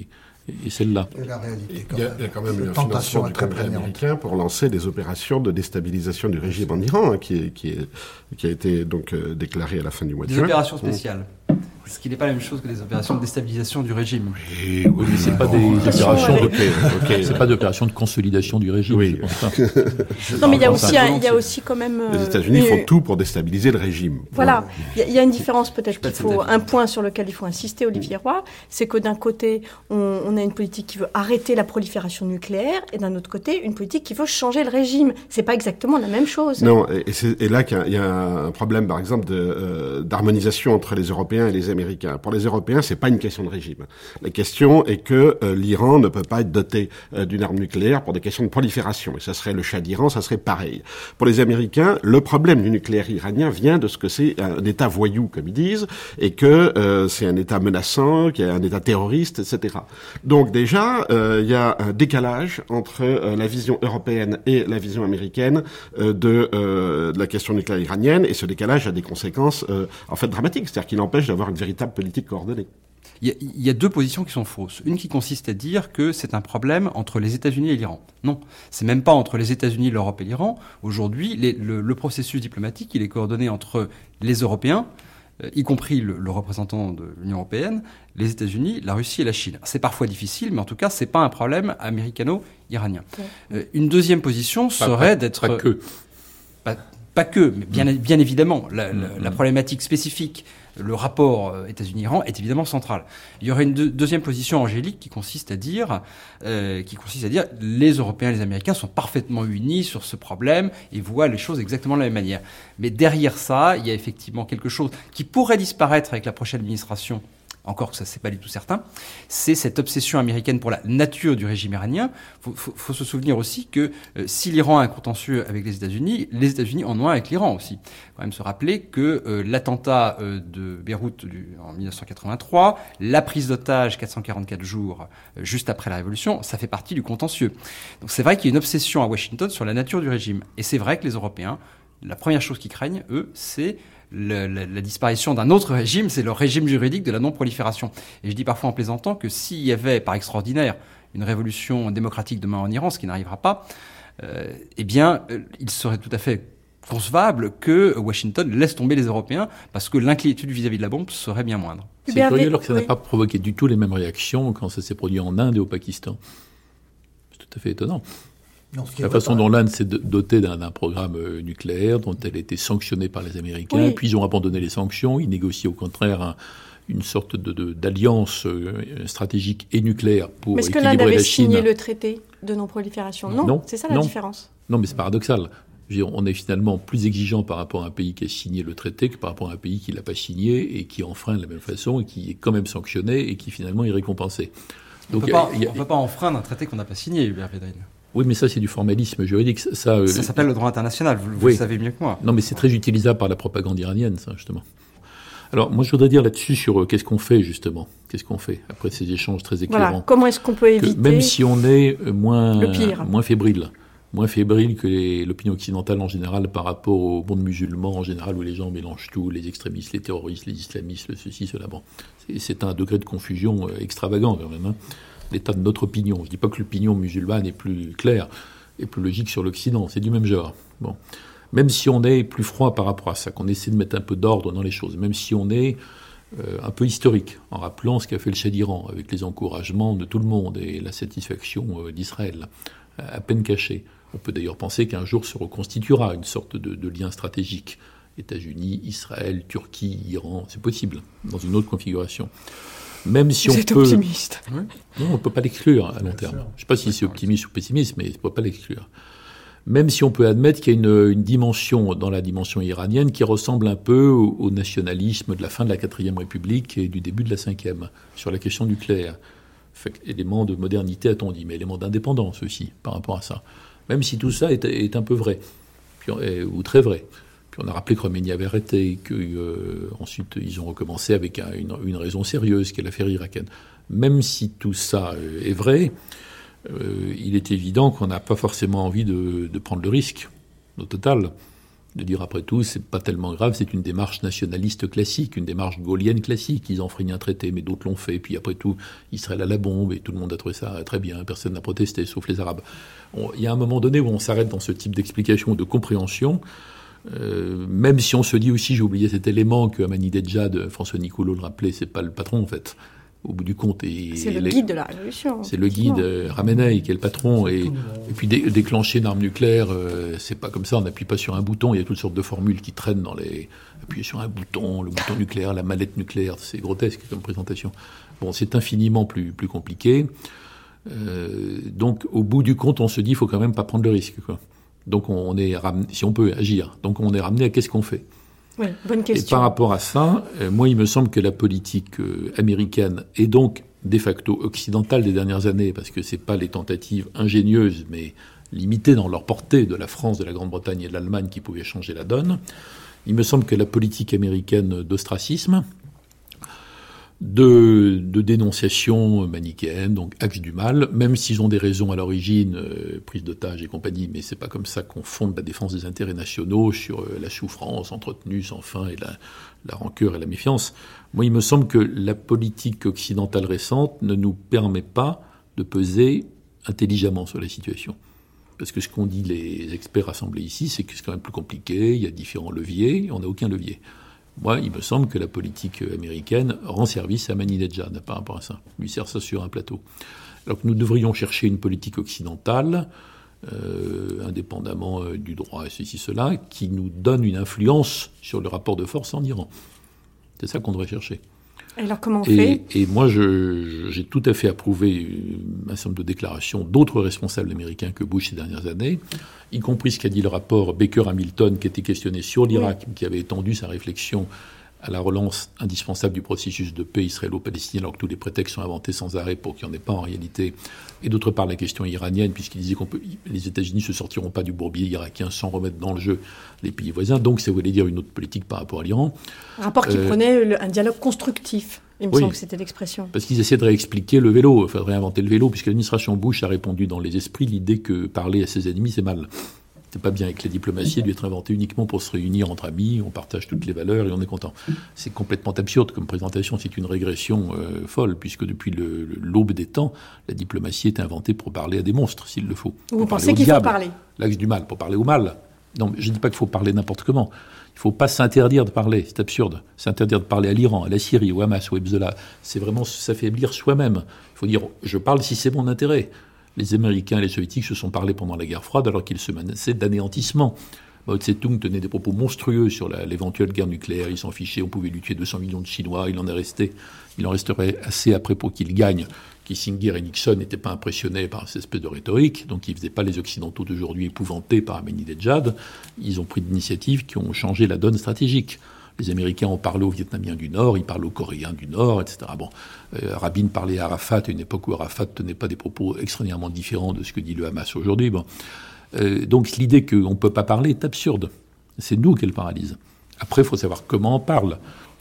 et celle-là. Et la réalité, il y a quand même une tentation du Congrès américain pour lancer des opérations de déstabilisation du régime en Iran, qui a été donc déclarée à la fin du mois de juin. Des opérations spéciales. Ce qui n'est pas la même chose que des opérations de déstabilisation du régime. Oui, mais c'est pas des opérations c'est pas d'opérations de consolidation du régime. Oui. Non, mais il y a aussi quand même. Les États-Unis font tout pour déstabiliser le régime. Voilà. Il y a une différence peut-être un point sur lequel il faut insister, Olivier Roy, c'est que d'un côté, on a une politique qui veut arrêter la prolifération nucléaire, et d'un autre côté, une politique qui veut changer le régime. C'est pas exactement la même chose. Non, et là qu'il y a un problème, par exemple, d'harmonisation entre les Européens et les Américains. Pour les Européens, c'est pas une question de régime. La question est que l'Iran ne peut pas être doté d'une arme nucléaire pour des questions de prolifération. Et ça serait le Shah d'Iran, ça serait pareil. Pour les Américains, le problème du nucléaire iranien vient de ce que c'est un État voyou, comme ils disent, et que c'est un État menaçant, qu'il y a un État terroriste, etc. Donc déjà, il y a un décalage entre la vision européenne et la vision américaine de la question nucléaire iranienne, et ce décalage a des conséquences en fait dramatiques, c'est-à-dire qu'il empêche d'avoir une véritable politique coordonnée. Il y a deux positions qui sont fausses. Une qui consiste à dire que c'est un problème entre les États-Unis et l'Iran. Non, c'est même pas entre les États-Unis, l'Europe et l'Iran. Aujourd'hui, le processus diplomatique, il est coordonné entre les Européens, y compris le représentant de l'Union européenne, les États-Unis, la Russie et la Chine. C'est parfois difficile, mais en tout cas, c'est pas un problème américano-iranien. Une deuxième position serait d'être... Pas que. Pas que, mais bien évidemment, la problématique spécifique, le rapport États-Unis-Iran est évidemment central. Il y aurait une deuxième position angélique qui consiste à dire les Européens et les Américains sont parfaitement unis sur ce problème et voient les choses exactement de la même manière. Mais derrière ça, il y a effectivement quelque chose qui pourrait disparaître avec la prochaine administration. Encore que ça, c'est pas du tout certain, c'est cette obsession américaine pour la nature du régime iranien. Faut se souvenir aussi que si l'Iran a un contentieux avec les États-Unis en ont un avec l'Iran aussi. Il faut quand même se rappeler que l'attentat de Beyrouth en 1983, la prise d'otages 444 jours juste après la Révolution, ça fait partie du contentieux. Donc c'est vrai qu'il y a une obsession à Washington sur la nature du régime. Et c'est vrai que les Européens, la première chose qu'ils craignent, eux, c'est la disparition d'un autre régime, c'est le régime juridique de la non-prolifération. Et je dis parfois en plaisantant que s'il y avait, par extraordinaire, une révolution démocratique demain en Iran, ce qui n'arrivera pas, il serait tout à fait concevable que Washington laisse tomber les Européens parce que l'inquiétude vis-à-vis de la bombe serait bien moindre. C'est curieux alors que ça n'a pas provoqué du tout les mêmes réactions quand ça s'est produit en Inde et au Pakistan. C'est tout à fait étonnant. La façon dont l'Inde s'est dotée d'un programme nucléaire, dont elle a été sanctionnée par les Américains, puis ils ont abandonné les sanctions, ils négocient au contraire une sorte d'alliance stratégique et nucléaire pour équilibrer la Chine. Mais est-ce que l'Inde avait signé le traité de non-prolifération ? Non, c'est ça la différence. Non, mais c'est paradoxal. On est finalement plus exigeant par rapport à un pays qui a signé le traité que par rapport à un pays qui ne l'a pas signé et qui enfreint de la même façon et qui est quand même sanctionné et qui finalement est récompensé. On ne peut pas enfreindre un traité qu'on n'a pas signé, Hubert Védrine. Oui, mais ça, c'est du formalisme juridique. Ça s'appelle le droit international, vous le savez mieux que moi. Non, mais c'est très utilisable par la propagande iranienne, ça, justement. Alors, moi, je voudrais dire là-dessus sur qu'est-ce qu'on fait, justement. Qu'est-ce qu'on fait après ces échanges très éclairants. Voilà, comment est-ce qu'on peut éviter... Même si on est moins fébrile que l'opinion occidentale en général par rapport au monde musulman en général, où les gens mélangent tout, les extrémistes, les terroristes, les islamistes, ceci, cela. Bon, c'est un degré de confusion extravagant, quand même, l'état de notre opinion. Je ne dis pas que l'opinion musulmane est plus claire et plus logique sur l'Occident, c'est du même genre. Bon. Même si on est plus froid par rapport à ça, qu'on essaie de mettre un peu d'ordre dans les choses, même si on est un peu historique, en rappelant ce qu'a fait le Shah d'Iran, avec les encouragements de tout le monde et la satisfaction d'Israël, à peine cachée. On peut d'ailleurs penser qu'un jour se reconstituera une sorte de lien stratégique. États-Unis, Israël, Turquie, Iran, c'est possible, dans une autre configuration. Même si Vous êtes optimiste. Non, on ne peut pas l'exclure à long terme. Je ne sais pas si c'est optimiste ou pessimiste, mais on ne peut pas l'exclure. Même si on peut admettre qu'il y a une dimension dans la dimension iranienne qui ressemble un peu au nationalisme de la fin de la 4e République et du début de la 5e, sur la question nucléaire. Fait, élément de modernité, a-t-on dit, mais élément d'indépendance aussi, par rapport à ça. Même si tout ça est un peu vrai, ou très vrai. Puis on a rappelé que Khomeini avait arrêté, qu'ensuite ils ont recommencé avec une raison sérieuse, qui est l'affaire irakienne. Même si tout ça est vrai, il est évident qu'on n'a pas forcément envie de prendre le risque, au total, de dire après tout, c'est pas tellement grave, c'est une démarche nationaliste classique, une démarche gaullienne classique. Ils enfreignent un traité, mais d'autres l'ont fait. Puis après tout, Israël a la bombe et tout le monde a trouvé ça très bien. Personne n'a protesté, sauf les Arabes. Il y a un moment donné où on s'arrête dans ce type d'explication ou de compréhension, même si on se dit aussi, j'ai oublié cet élément que Ahmadinejad, François Nicolau le rappelait, c'est pas le patron en fait. Au bout du compte. C'est le guide de la révolution. C'est le guide Ramenei qui est le patron. Et puis déclencher une arme nucléaire, c'est pas comme ça, on n'appuie pas sur un bouton. Il y a toutes sortes de formules qui traînent dans les... Appuyer sur un bouton, le bouton nucléaire, la mallette nucléaire, c'est grotesque comme présentation. Bon, c'est infiniment plus compliqué. Donc, au bout du compte, on se dit, il faut quand même pas prendre le risque, quoi. Donc, on est ramené, si on peut agir. Donc, on est ramené à qu'est-ce qu'on fait. Oui, bonne question. Et par rapport à ça, moi, il me semble que la politique américaine et donc de facto occidentale des dernières années, parce que c'est pas les tentatives ingénieuses, mais limitées dans leur portée de la France, de la Grande-Bretagne et de l'Allemagne qui pouvaient changer la donne. Il me semble que la politique américaine d'ostracisme, de dénonciation manichéenne, donc axe du mal, même s'ils ont des raisons à l'origine, prise d'otages et compagnie, mais c'est pas comme ça qu'on fonde la défense des intérêts nationaux sur la souffrance entretenue sans fin et la rancœur et la méfiance. Moi, il me semble que la politique occidentale récente ne nous permet pas de peser intelligemment sur la situation. Parce que ce qu'ont dit les experts rassemblés ici, c'est que c'est quand même plus compliqué, il y a différents leviers, et on n'a aucun levier. Moi, il me semble que la politique américaine rend service à Ahmadinejad par rapport à ça. Lui sert ça sur un plateau. Alors que nous devrions chercher une politique occidentale, indépendamment du droit, ceci, cela, qui nous donne une influence sur le rapport de force en Iran. C'est ça qu'on devrait chercher. Alors comment on fait ? Et moi, j'ai tout à fait approuvé un certain nombre de déclarations d'autres responsables américains que Bush ces dernières années, y compris ce qu'a dit le rapport Baker-Hamilton, qui était questionné sur l'Irak, qui avait étendu sa réflexion à la relance indispensable du processus de paix israélo-palestinien, alors que tous les prétextes sont inventés sans arrêt pour qu'il n'y en ait pas en réalité. Et d'autre part, la question iranienne, puisqu'il disait que les États-Unis ne se sortiront pas du bourbier irakien sans remettre dans le jeu les pays voisins. Donc, ça voulait dire une autre politique par rapport à l'Iran. Un rapport qui prenait un dialogue constructif. Il me semble que c'était l'expression. Parce qu'ils essaient de réexpliquer le vélo. Il faudrait réinventer le vélo, puisque l'administration Bush a répondu dans les esprits l'idée que parler à ses ennemis, c'est mal. C'est pas bien, avec la diplomatie, elle doit être inventée uniquement pour se réunir entre amis, on partage toutes les valeurs et on est content. C'est complètement absurde comme présentation, c'est une régression folle, puisque depuis l'aube des temps, la diplomatie est inventée pour parler à des monstres, s'il le faut. Vous pensez qu'il faut parler ? L'axe du mal, pour parler au mal. Non, je ne dis pas qu'il faut parler n'importe comment. Il ne faut pas s'interdire de parler, c'est absurde. S'interdire de parler à l'Iran, à la Syrie, au Hamas, au Hezbollah, c'est vraiment s'affaiblir soi-même. Il faut dire, je parle si c'est mon intérêt. Les Américains et les Soviétiques se sont parlé pendant la guerre froide alors qu'ils se menaçaient d'anéantissement. Mao Tse-tung tenait des propos monstrueux sur l'éventuelle guerre nucléaire. Il s'en fichait, on pouvait lui tuer 200 millions de Chinois. Il en resterait assez après pour qu'il gagne. Kissinger et Nixon n'étaient pas impressionnés par cette espèce de rhétorique, donc ils ne faisaient pas les Occidentaux d'aujourd'hui épouvantés par Ahmadinejad. Ils ont pris des initiatives qui ont changé la donne stratégique. Les Américains ont parlé aux Vietnamiens du Nord, ils parlent aux Coréens du Nord, etc. Bon, Rabin parlait à Arafat à une époque où Arafat tenait pas des propos extraordinairement différents de ce que dit le Hamas aujourd'hui. Bon. Donc l'idée qu'on ne peut pas parler est absurde. C'est nous qui le paralyse. Après, il faut savoir comment on parle.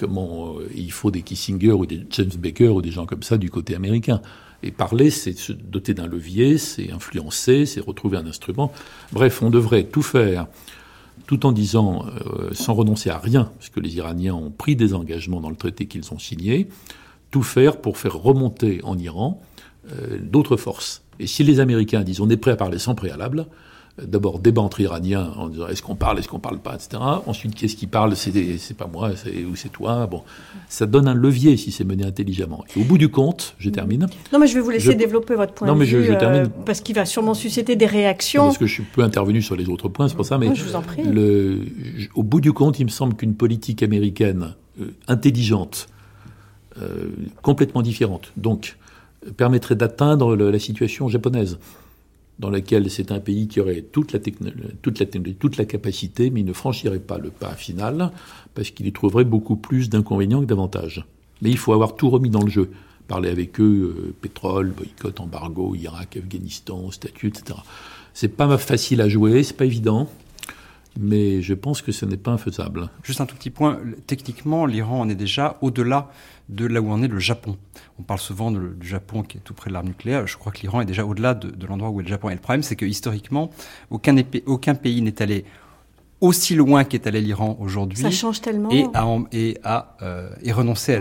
Il faut des Kissinger ou des James Baker ou des gens comme ça du côté américain. Et parler, c'est se doter d'un levier, c'est influencer, c'est retrouver un instrument. Bref, on devrait tout faire tout en disant, sans renoncer à rien, parce que les Iraniens ont pris des engagements dans le traité qu'ils ont signé, tout faire pour faire remonter en Iran d'autres forces. Et si les Américains disent on est prêt à parler sans préalable, d'abord débat entre Iraniens en disant est-ce qu'on parle pas, etc. Ensuite, qu'est-ce qui parle, c'est pas moi, c'est toi. Bon, ça donne un levier si c'est mené intelligemment. Et au bout du compte, je termine. Non, mais je vais vous laisser développer votre point de vue. Je termine. Parce qu'il va sûrement susciter des réactions. Non, parce que je suis peu intervenu sur les autres points, c'est pour ça. Mais je vous en prie. Au bout du compte, il me semble qu'une politique américaine intelligente, complètement différente, donc permettrait d'atteindre la situation japonaise, dans laquelle c'est un pays qui aurait toute la capacité, mais il ne franchirait pas le pas final, parce qu'il y trouverait beaucoup plus d'inconvénients que d'avantages. Mais il faut avoir tout remis dans le jeu. Parler avec eux, pétrole, boycott, embargo, Irak, Afghanistan, statut, etc. C'est pas facile à jouer, c'est pas évident, mais je pense que ce n'est pas infaisable. Juste un tout petit point. Techniquement, l'Iran en est déjà au-delà de là où en est le Japon. On parle souvent du Japon qui est tout près de l'arme nucléaire. Je crois que l'Iran est déjà au-delà de l'endroit où est le Japon. Et le problème, c'est que historiquement, aucun pays n'est allé aussi loin qu'est allé l'Iran aujourd'hui. Ça change tellement. Et renoncer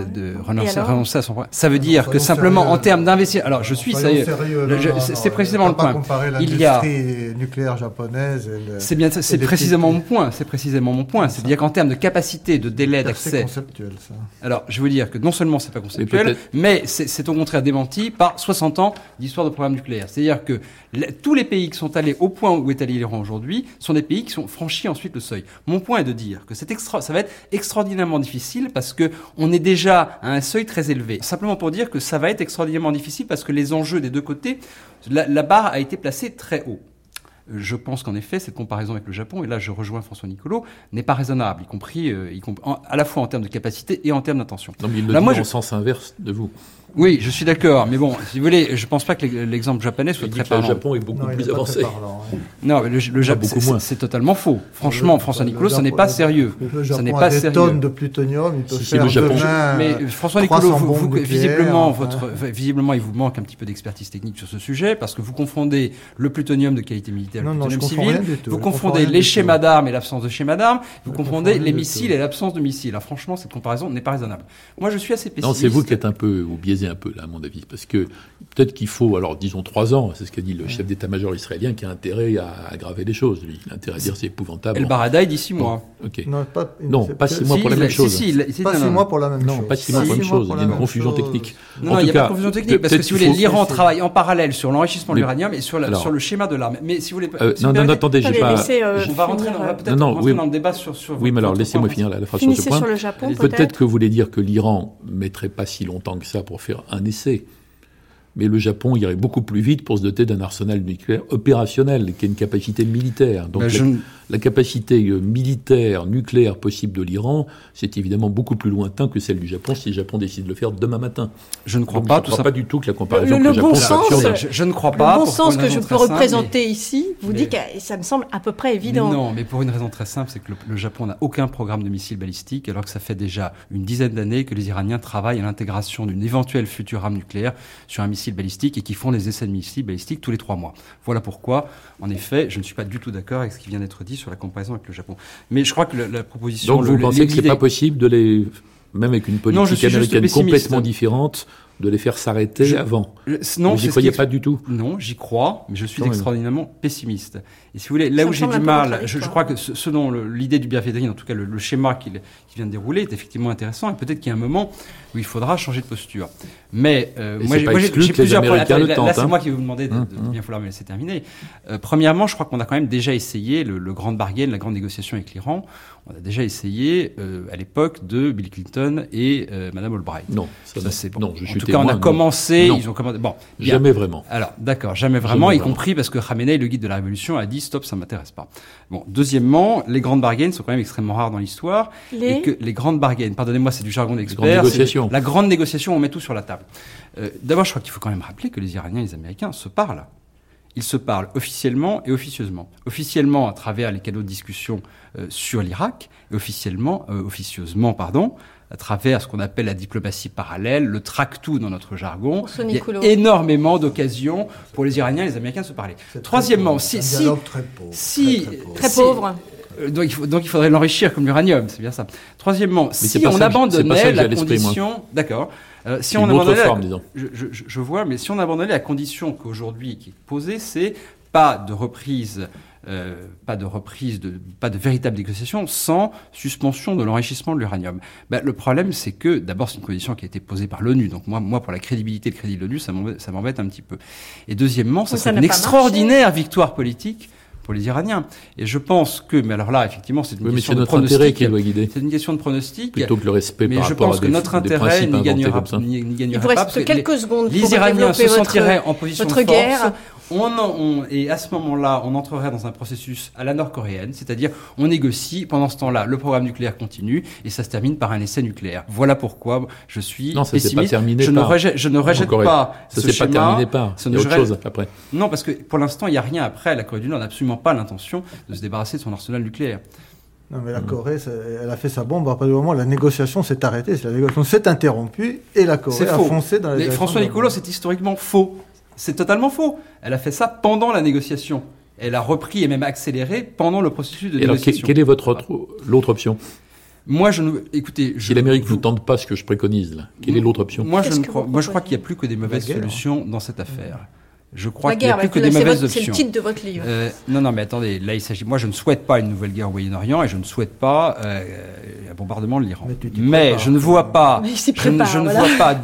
à son point. Ça veut dire que simplement en termes d'investissement. Alors je suis sérieux. C'est précisément le point. Il y a nucléaire japonaise. C'est précisément mon point. C'est-à-dire qu'en termes de capacité, de délai d'accès. C'est conceptuel, ça. Alors je veux dire que non seulement c'est pas conceptuel, mais c'est au contraire démenti par 60 ans d'histoire de programme nucléaire. C'est-à-dire que tous les pays qui sont allés au point où est allé l'Iran aujourd'hui sont des pays qui sont franchis ensuite le seuil. Mon point est de dire que ça va être extraordinairement difficile parce que on est déjà à un seuil très élevé. Simplement pour dire que ça va être extraordinairement difficile parce que les enjeux des deux côtés, la barre a été placée très haut. Je pense qu'en effet, cette comparaison avec le Japon, et là je rejoins François Niccolot, n'est pas raisonnable, y compris à la fois en termes de capacité et en termes d'intention. Non, mais il le dit en sens inverse de vous. Oui, je suis d'accord, mais bon, si vous voulez, je pense pas que l'exemple japonais soit très parlant. Le Japon est beaucoup plus avancé. Non, mais le Japon, c'est totalement faux. Franchement, François Niccolot, ce n'est pas sérieux. Ça n'est pas sérieux. Des tonnes de plutonium, il peut faire demain. Mais François Niccolot, visiblement, il vous manque un petit peu d'expertise technique sur ce sujet, parce que vous confondez le plutonium de qualité militaire et le plutonium civil, vous confondez les schémas d'armes et l'absence de schémas d'armes, vous confondez les missiles et l'absence de missiles. Alors franchement, cette comparaison n'est pas raisonnable. Moi, je suis assez pessimiste. Non, c'est vous qui êtes un peu biaisé un peu là, à mon avis, parce que peut-être qu'il faut, alors disons 3 ans, c'est ce qu'a dit le chef d'état-major israélien, qui a intérêt à aggraver les choses. Lui, il a intérêt à dire c'est épouvantable. El Baradei dit 6 mois. Ok. Non, pas 6 mois pour la même chose. Pas 6 mois pour la même chose. Non, pas 6 mois pour la même chose. Il y a une confusion technique. Non, il n'y a pas de confusion technique, parce que si vous voulez, l'Iran travaille en parallèle sur l'enrichissement de l'uranium et sur le schéma de l'arme. Mais si vous voulez, non, attendez, j'ai pas. On va peut-être rentrer dans le débat sur. Oui, mais alors laissez-moi finir la phrase sur ce point. Peut-être que vous voulez dire que l'Iran mettrait pas si longtemps que ça pour faire un essai. Mais le Japon irait beaucoup plus vite pour se doter d'un arsenal nucléaire opérationnel, qui a une capacité militaire. Donc la capacité militaire, nucléaire possible de l'Iran, c'est évidemment beaucoup plus lointain que celle du Japon si le Japon décide de le faire demain matin. Je ne crois pas. Je ne crois pas du tout que la comparaison le bon sens, je ne crois pas. Le bon sens que je peux représenter ici vous dit que ça me semble à peu près évident. Non, mais pour une raison très simple, c'est que le Japon n'a aucun programme de missiles balistiques, alors que ça fait déjà une dizaine d'années que les Iraniens travaillent à l'intégration d'une éventuelle future arme nucléaire sur un missile balistique et qui font des essais de missiles balistiques tous les 3 mois. Voilà pourquoi, en effet, je ne suis pas du tout d'accord avec ce qui vient d'être dit sur la comparaison avec le Japon. Mais je crois que la proposition... Donc vous pensez que c'est pas possible de les, même avec une politique américaine complètement différente, de les faire s'arrêter avant? Non, vous n'y croyez pas du tout? Non, j'y crois, mais je suis extraordinairement pessimiste. Et si vous voulez, là où j'ai du mal, je crois que ce dont l'idée du bienfaiteur, en tout cas le schéma qui vient de dérouler, est effectivement intéressant, et peut-être qu'il y a un moment où il faudra changer de posture. Mais moi j'ai plusieurs problèmes. Là, c'est moi qui vais vous demander de bien falloir me laisser terminer. Premièrement, je crois qu'on a quand même déjà essayé le grand bargain, la grande négociation avec l'Iran. On a déjà essayé à l'époque de Bill Clinton et Madame Albright. Non, ça c'est bon. Non, en tout cas, on a commencé. Ils ont commencé. Bon, jamais vraiment. Alors, d'accord, jamais vraiment, y compris parce que Khamenei, le guide de la révolution, a dit stop, ça m'intéresse pas. Bon, deuxièmement, les grandes bargains sont quand même extrêmement rares dans l'histoire. Et que les grandes bargains, pardonnez-moi, c'est du jargon d'expert. La grande négociation, on met tout sur la table. D'abord, je crois qu'il faut quand même rappeler que les Iraniens et les Américains se parlent. Ils se parlent officiellement et officieusement. Officiellement à travers les canaux de discussion sur l'Irak, et officieusement, à travers ce qu'on appelle la diplomatie parallèle, le track-tout dans notre jargon. Il y a énormément d'occasions pour les Iraniens et les Américains de se parler. Troisièmement, très pauvre. Donc il faudrait l'enrichir comme l'uranium, c'est bien ça. Troisièmement, si on abandonnait la condition... D'accord. Si on abandonnait je vois, mais si on abandonnait la condition qu'aujourd'hui qui est posée, c'est pas de véritable négociation sans suspension de l'enrichissement de l'uranium. Le problème, c'est que, d'abord, c'est une condition qui a été posée par l'ONU. Donc moi, pour la crédibilité et le crédit de l'ONU, ça m'embête un petit peu. Et deuxièmement, ça serait une extraordinaire victoire politique pour les Iraniens. Et je pense que, mais alors là, effectivement, c'est une question de pronostic. Intérêt qui doit guider. C'est une question de pronostic. Plutôt que le respect par rapport à des principes. Mais je pense que notre intérêt n'y gagnera pas. Il vous reste quelques secondes les Iraniens se sentiraient en position de force. Guerre. Et à ce moment-là, on entrerait dans un processus à la nord-coréenne, c'est-à-dire on négocie, pendant ce temps-là, le programme nucléaire continue, et ça se termine par un essai nucléaire. Voilà pourquoi je suis pessimiste. Je ne rejette pas ce schéma. Ça s'est pas terminé par. Il y a autre chose après. Non, parce que pour l'instant, il n'y a rien après. La Corée du Nord n'a absolument pas l'intention de se débarrasser de son arsenal nucléaire. Non, mais la Corée, elle a fait sa bombe. À partir du moment où la négociation s'est arrêtée, la négociation s'est interrompue, et la Corée a foncé dans la direction. François Niccolot, c'est historiquement faux. C'est totalement faux. Elle a fait ça pendant la négociation. elle a repris et même accéléré pendant le processus de Et alors, négociation. quelle est l'autre option? Moi, si l'Amérique ne vous tente pas ce que je préconise là, quelle est l'autre option? Moi, je crois qu'il n'y a plus que des mauvaises solutions dans cette affaire. Je crois qu'il n'y a plus que des mauvaises options. C'est le titre de votre livre. Non, mais attendez, là, moi, je ne souhaite pas une nouvelle guerre au Moyen-Orient et je ne souhaite pas un bombardement de l'Iran. Mais je ne vois pas, je ne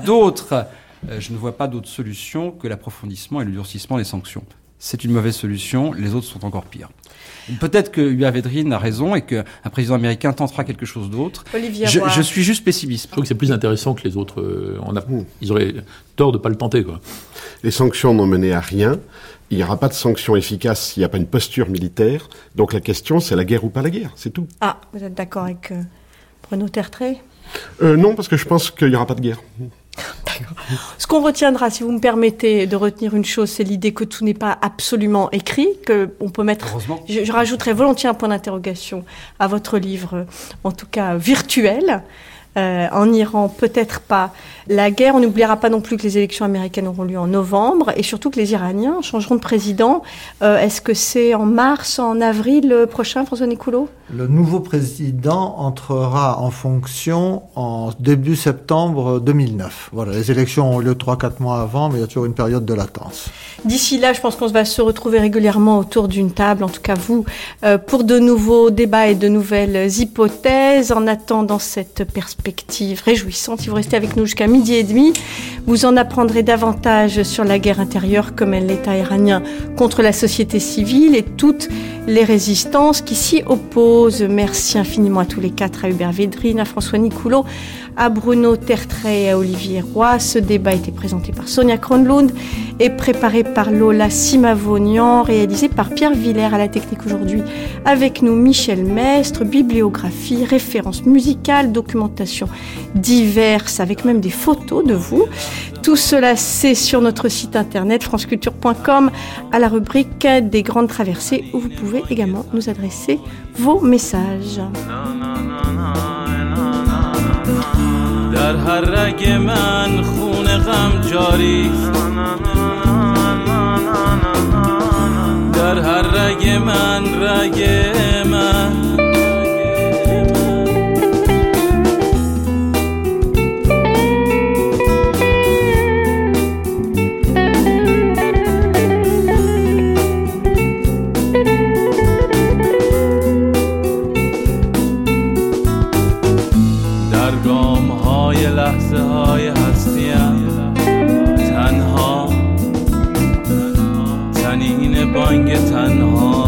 vois pas d'autres solutions que l'approfondissement et le durcissement des sanctions. C'est une mauvaise solution, les autres sont encore pires. Peut-être que Yoav Edrin a raison et qu'un président américain tentera quelque chose d'autre. Je suis juste pessimiste. Je trouve que c'est plus intéressant que les autres. Ils auraient tort de ne pas le tenter, quoi. Les sanctions n'ont mené à rien. Il n'y aura pas de sanctions efficaces s'il n'y a pas une posture militaire. Donc la question, c'est la guerre ou pas la guerre, c'est tout. Ah, vous êtes d'accord avec Bruno Tertrais? Non, parce que je pense qu'il n'y aura pas de guerre. D'accord. Ce qu'on retiendra, si vous me permettez de retenir une chose, c'est l'idée que tout n'est pas absolument écrit, que on peut mettre. Heureusement. Je rajouterai volontiers un point d'interrogation à votre livre, en tout cas virtuel. En Iran, peut-être pas. La guerre, on n'oubliera pas non plus que les élections américaines auront lieu en novembre et surtout que les Iraniens changeront de président. Est-ce que c'est en mars, en avril prochain, François Nicoulot ? Le nouveau président entrera en fonction en début septembre 2009. Voilà, les élections ont lieu 3-4 mois avant, mais il y a toujours une période de latence. D'ici là, je pense qu'on va se retrouver régulièrement autour d'une table, en tout cas vous, pour de nouveaux débats et de nouvelles hypothèses. En attendant cette perspective réjouissante, si vous restez avec nous jusqu'à 12h30, vous en apprendrez davantage sur la guerre intérieure que mène l'État iranien contre la société civile et toutes les résistances qui s'y opposent. Merci infiniment à tous les quatre, à Hubert Védrine, à François Nicoulot, à Bruno Tertrais et à Olivier Roy. Ce débat a été présenté par Sonia Kronlund et préparé par Lola Simavonian, réalisé par Pierre Villers à la technique aujourd'hui. Avec nous, Michel Mestre, bibliographie, références musicales, documentation diverses, avec même des photos de vous. Tout cela, c'est sur notre site internet franceculture.com à la rubrique des grandes traversées où vous pouvez également nous adresser vos messages. در هر رگ من خون غم جاری در هر رگ من رگ من لحظه های هستیم تنها تنین بانگ تنها